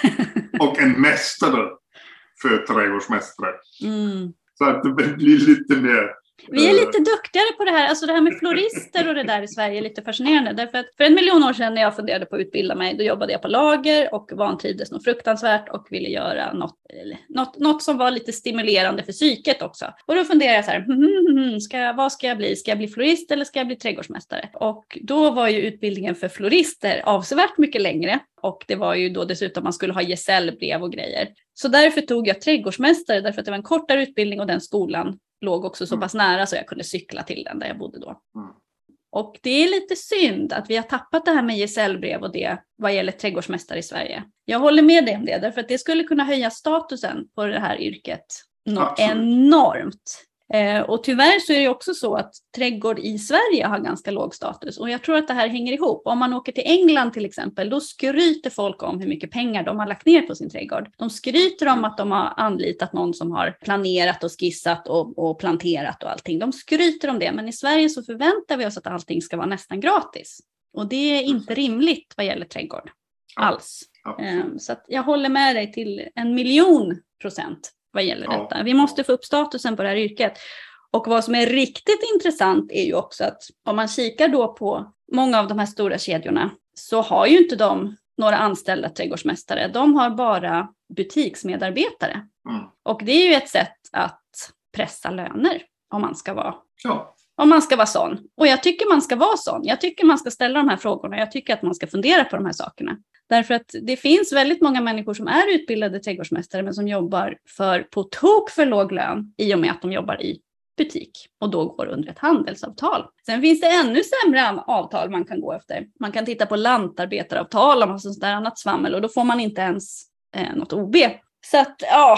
och en mästare för trädgårdsmästare. Mm. Så att det blir lite mer... Vi är lite duktigare på det här. Alltså det här med florister och det där i Sverige är lite fascinerande. Därför att för en miljon år sedan när jag funderade på att utbilda mig, då jobbade jag på lager och vantrivdes något fruktansvärt och ville göra något, något, något som var lite stimulerande för psyket också. Och då funderade jag så här, hm, hm, ska jag, vad ska jag bli? Ska jag bli florist eller ska jag bli trädgårdsmästare? Och då var ju utbildningen för florister avsevärt mycket längre. Och det var ju då dessutom man skulle ha gesällbrev och grejer. Så därför tog jag trädgårdsmästare, därför att det var en kortare utbildning och den skolan låg också så pass nära så jag kunde cykla till den där jag bodde då. Mm. Och det är lite synd att vi har tappat det här med gesällbrev och det vad gäller trädgårdsmästare i Sverige. Jag håller med dig om det, därför att det skulle kunna höja statusen på det här yrket något enormt. Eh, och tyvärr så är det också så att trädgård i Sverige har ganska låg status. Och jag tror att det här hänger ihop. Om man åker till England till exempel, då skryter folk om hur mycket pengar de har lagt ner på sin trädgård. De skryter om att de har anlitat någon som har planerat och skissat och, och planterat och allting. De skryter om det, men i Sverige så förväntar vi oss att allting ska vara nästan gratis. Och det är inte rimligt vad gäller trädgård. Alls. Eh, så att jag håller med dig till en miljon procent. Vad gäller ja. detta. Vi måste få upp statusen på det här yrket. Och vad som är riktigt intressant är ju också att om man kikar då på många av de här stora kedjorna så har ju inte de några anställda trädgårdsmästare. De har bara butiksmedarbetare. Mm. Och det är ju ett sätt att pressa löner om man ska vara ja. om man ska vara sån. Och jag tycker man ska vara sån. Jag tycker man ska ställa de här frågorna. Jag tycker att man ska fundera på de här sakerna. Därför att det finns väldigt många människor som är utbildade trädgårdsmästare men som jobbar för på tok för låg lön i och med att de jobbar i butik och då går under ett handelsavtal. Sen finns det ännu sämre avtal man kan gå efter. Man kan titta på lantarbetaravtal och sånt där annat svammel och då får man inte ens eh, något O B. Så att ja,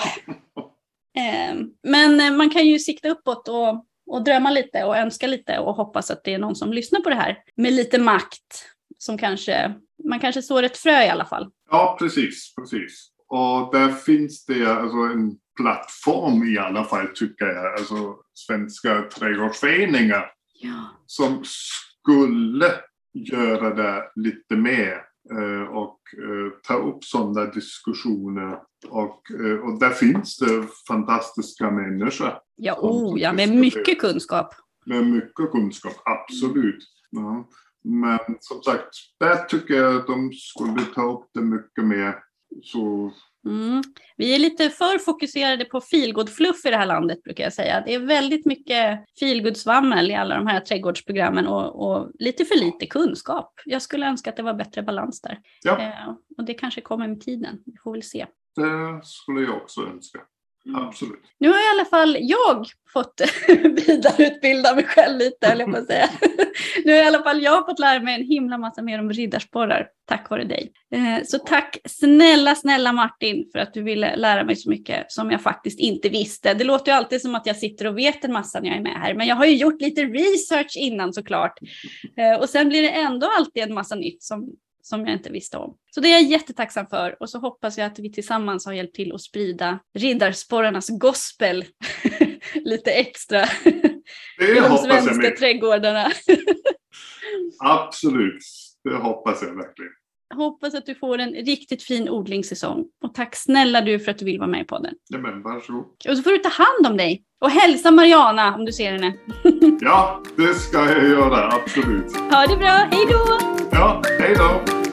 eh, men man kan ju sikta uppåt och, och drömma lite och önska lite och hoppas att det är någon som lyssnar på det här med lite makt som kanske man kanske sår ett frö i alla fall. Ja, precis, precis. Och där finns det alltså en plattform i alla fall tycker jag, alltså svenska trädgårdsföreningar ja. som skulle göra det lite mer eh, och eh, ta upp sådana diskussioner och, eh, och där finns det fantastiska människor. Ja, oh, ja med mycket kunskap. Med mycket kunskap, absolut. Ja. Men som sagt, där tycker jag att de skulle ta upp det mycket mer. Så... Mm. Vi är lite för fokuserade på feelgood-fluff i det här landet brukar jag säga. Det är väldigt mycket feelgood-svammel i alla de här trädgårdsprogrammen och, och lite för lite kunskap. Jag skulle önska att det var bättre balans där. Ja. Eh, och det kanske kommer med tiden, vi får väl se. Det skulle jag också önska. Absolut. Nu har i alla fall jag fått vidareutbilda mig själv lite, eller på att säga. Nu har i alla fall jag fått lära mig en himla massa mer om riddarsporrar, tack vare dig. Så tack snälla, snälla Martin för att du ville lära mig så mycket som jag faktiskt inte visste. Det låter ju alltid som att jag sitter och vet en massa när jag är med här, men jag har ju gjort lite research innan såklart. Och sen blir det ändå alltid en massa nytt som som jag inte visste om. Så det är jag jättetacksam för. Och så hoppas jag att vi tillsammans har hjälpt till att sprida riddarsporrarnas gospel lite extra Det i de hoppas jag svenska med. trädgårdarna. Absolut, det hoppas jag verkligen. Hoppas att du får en riktigt fin odlingssäsong. Och tack snälla du för att du vill vara med i podden. Ja, men varsågod. Och så får du ta hand om dig. Och hälsa Mariana om du ser henne. Ja, det ska jag göra, absolut. Ha det bra, hej då! Ja, hej då!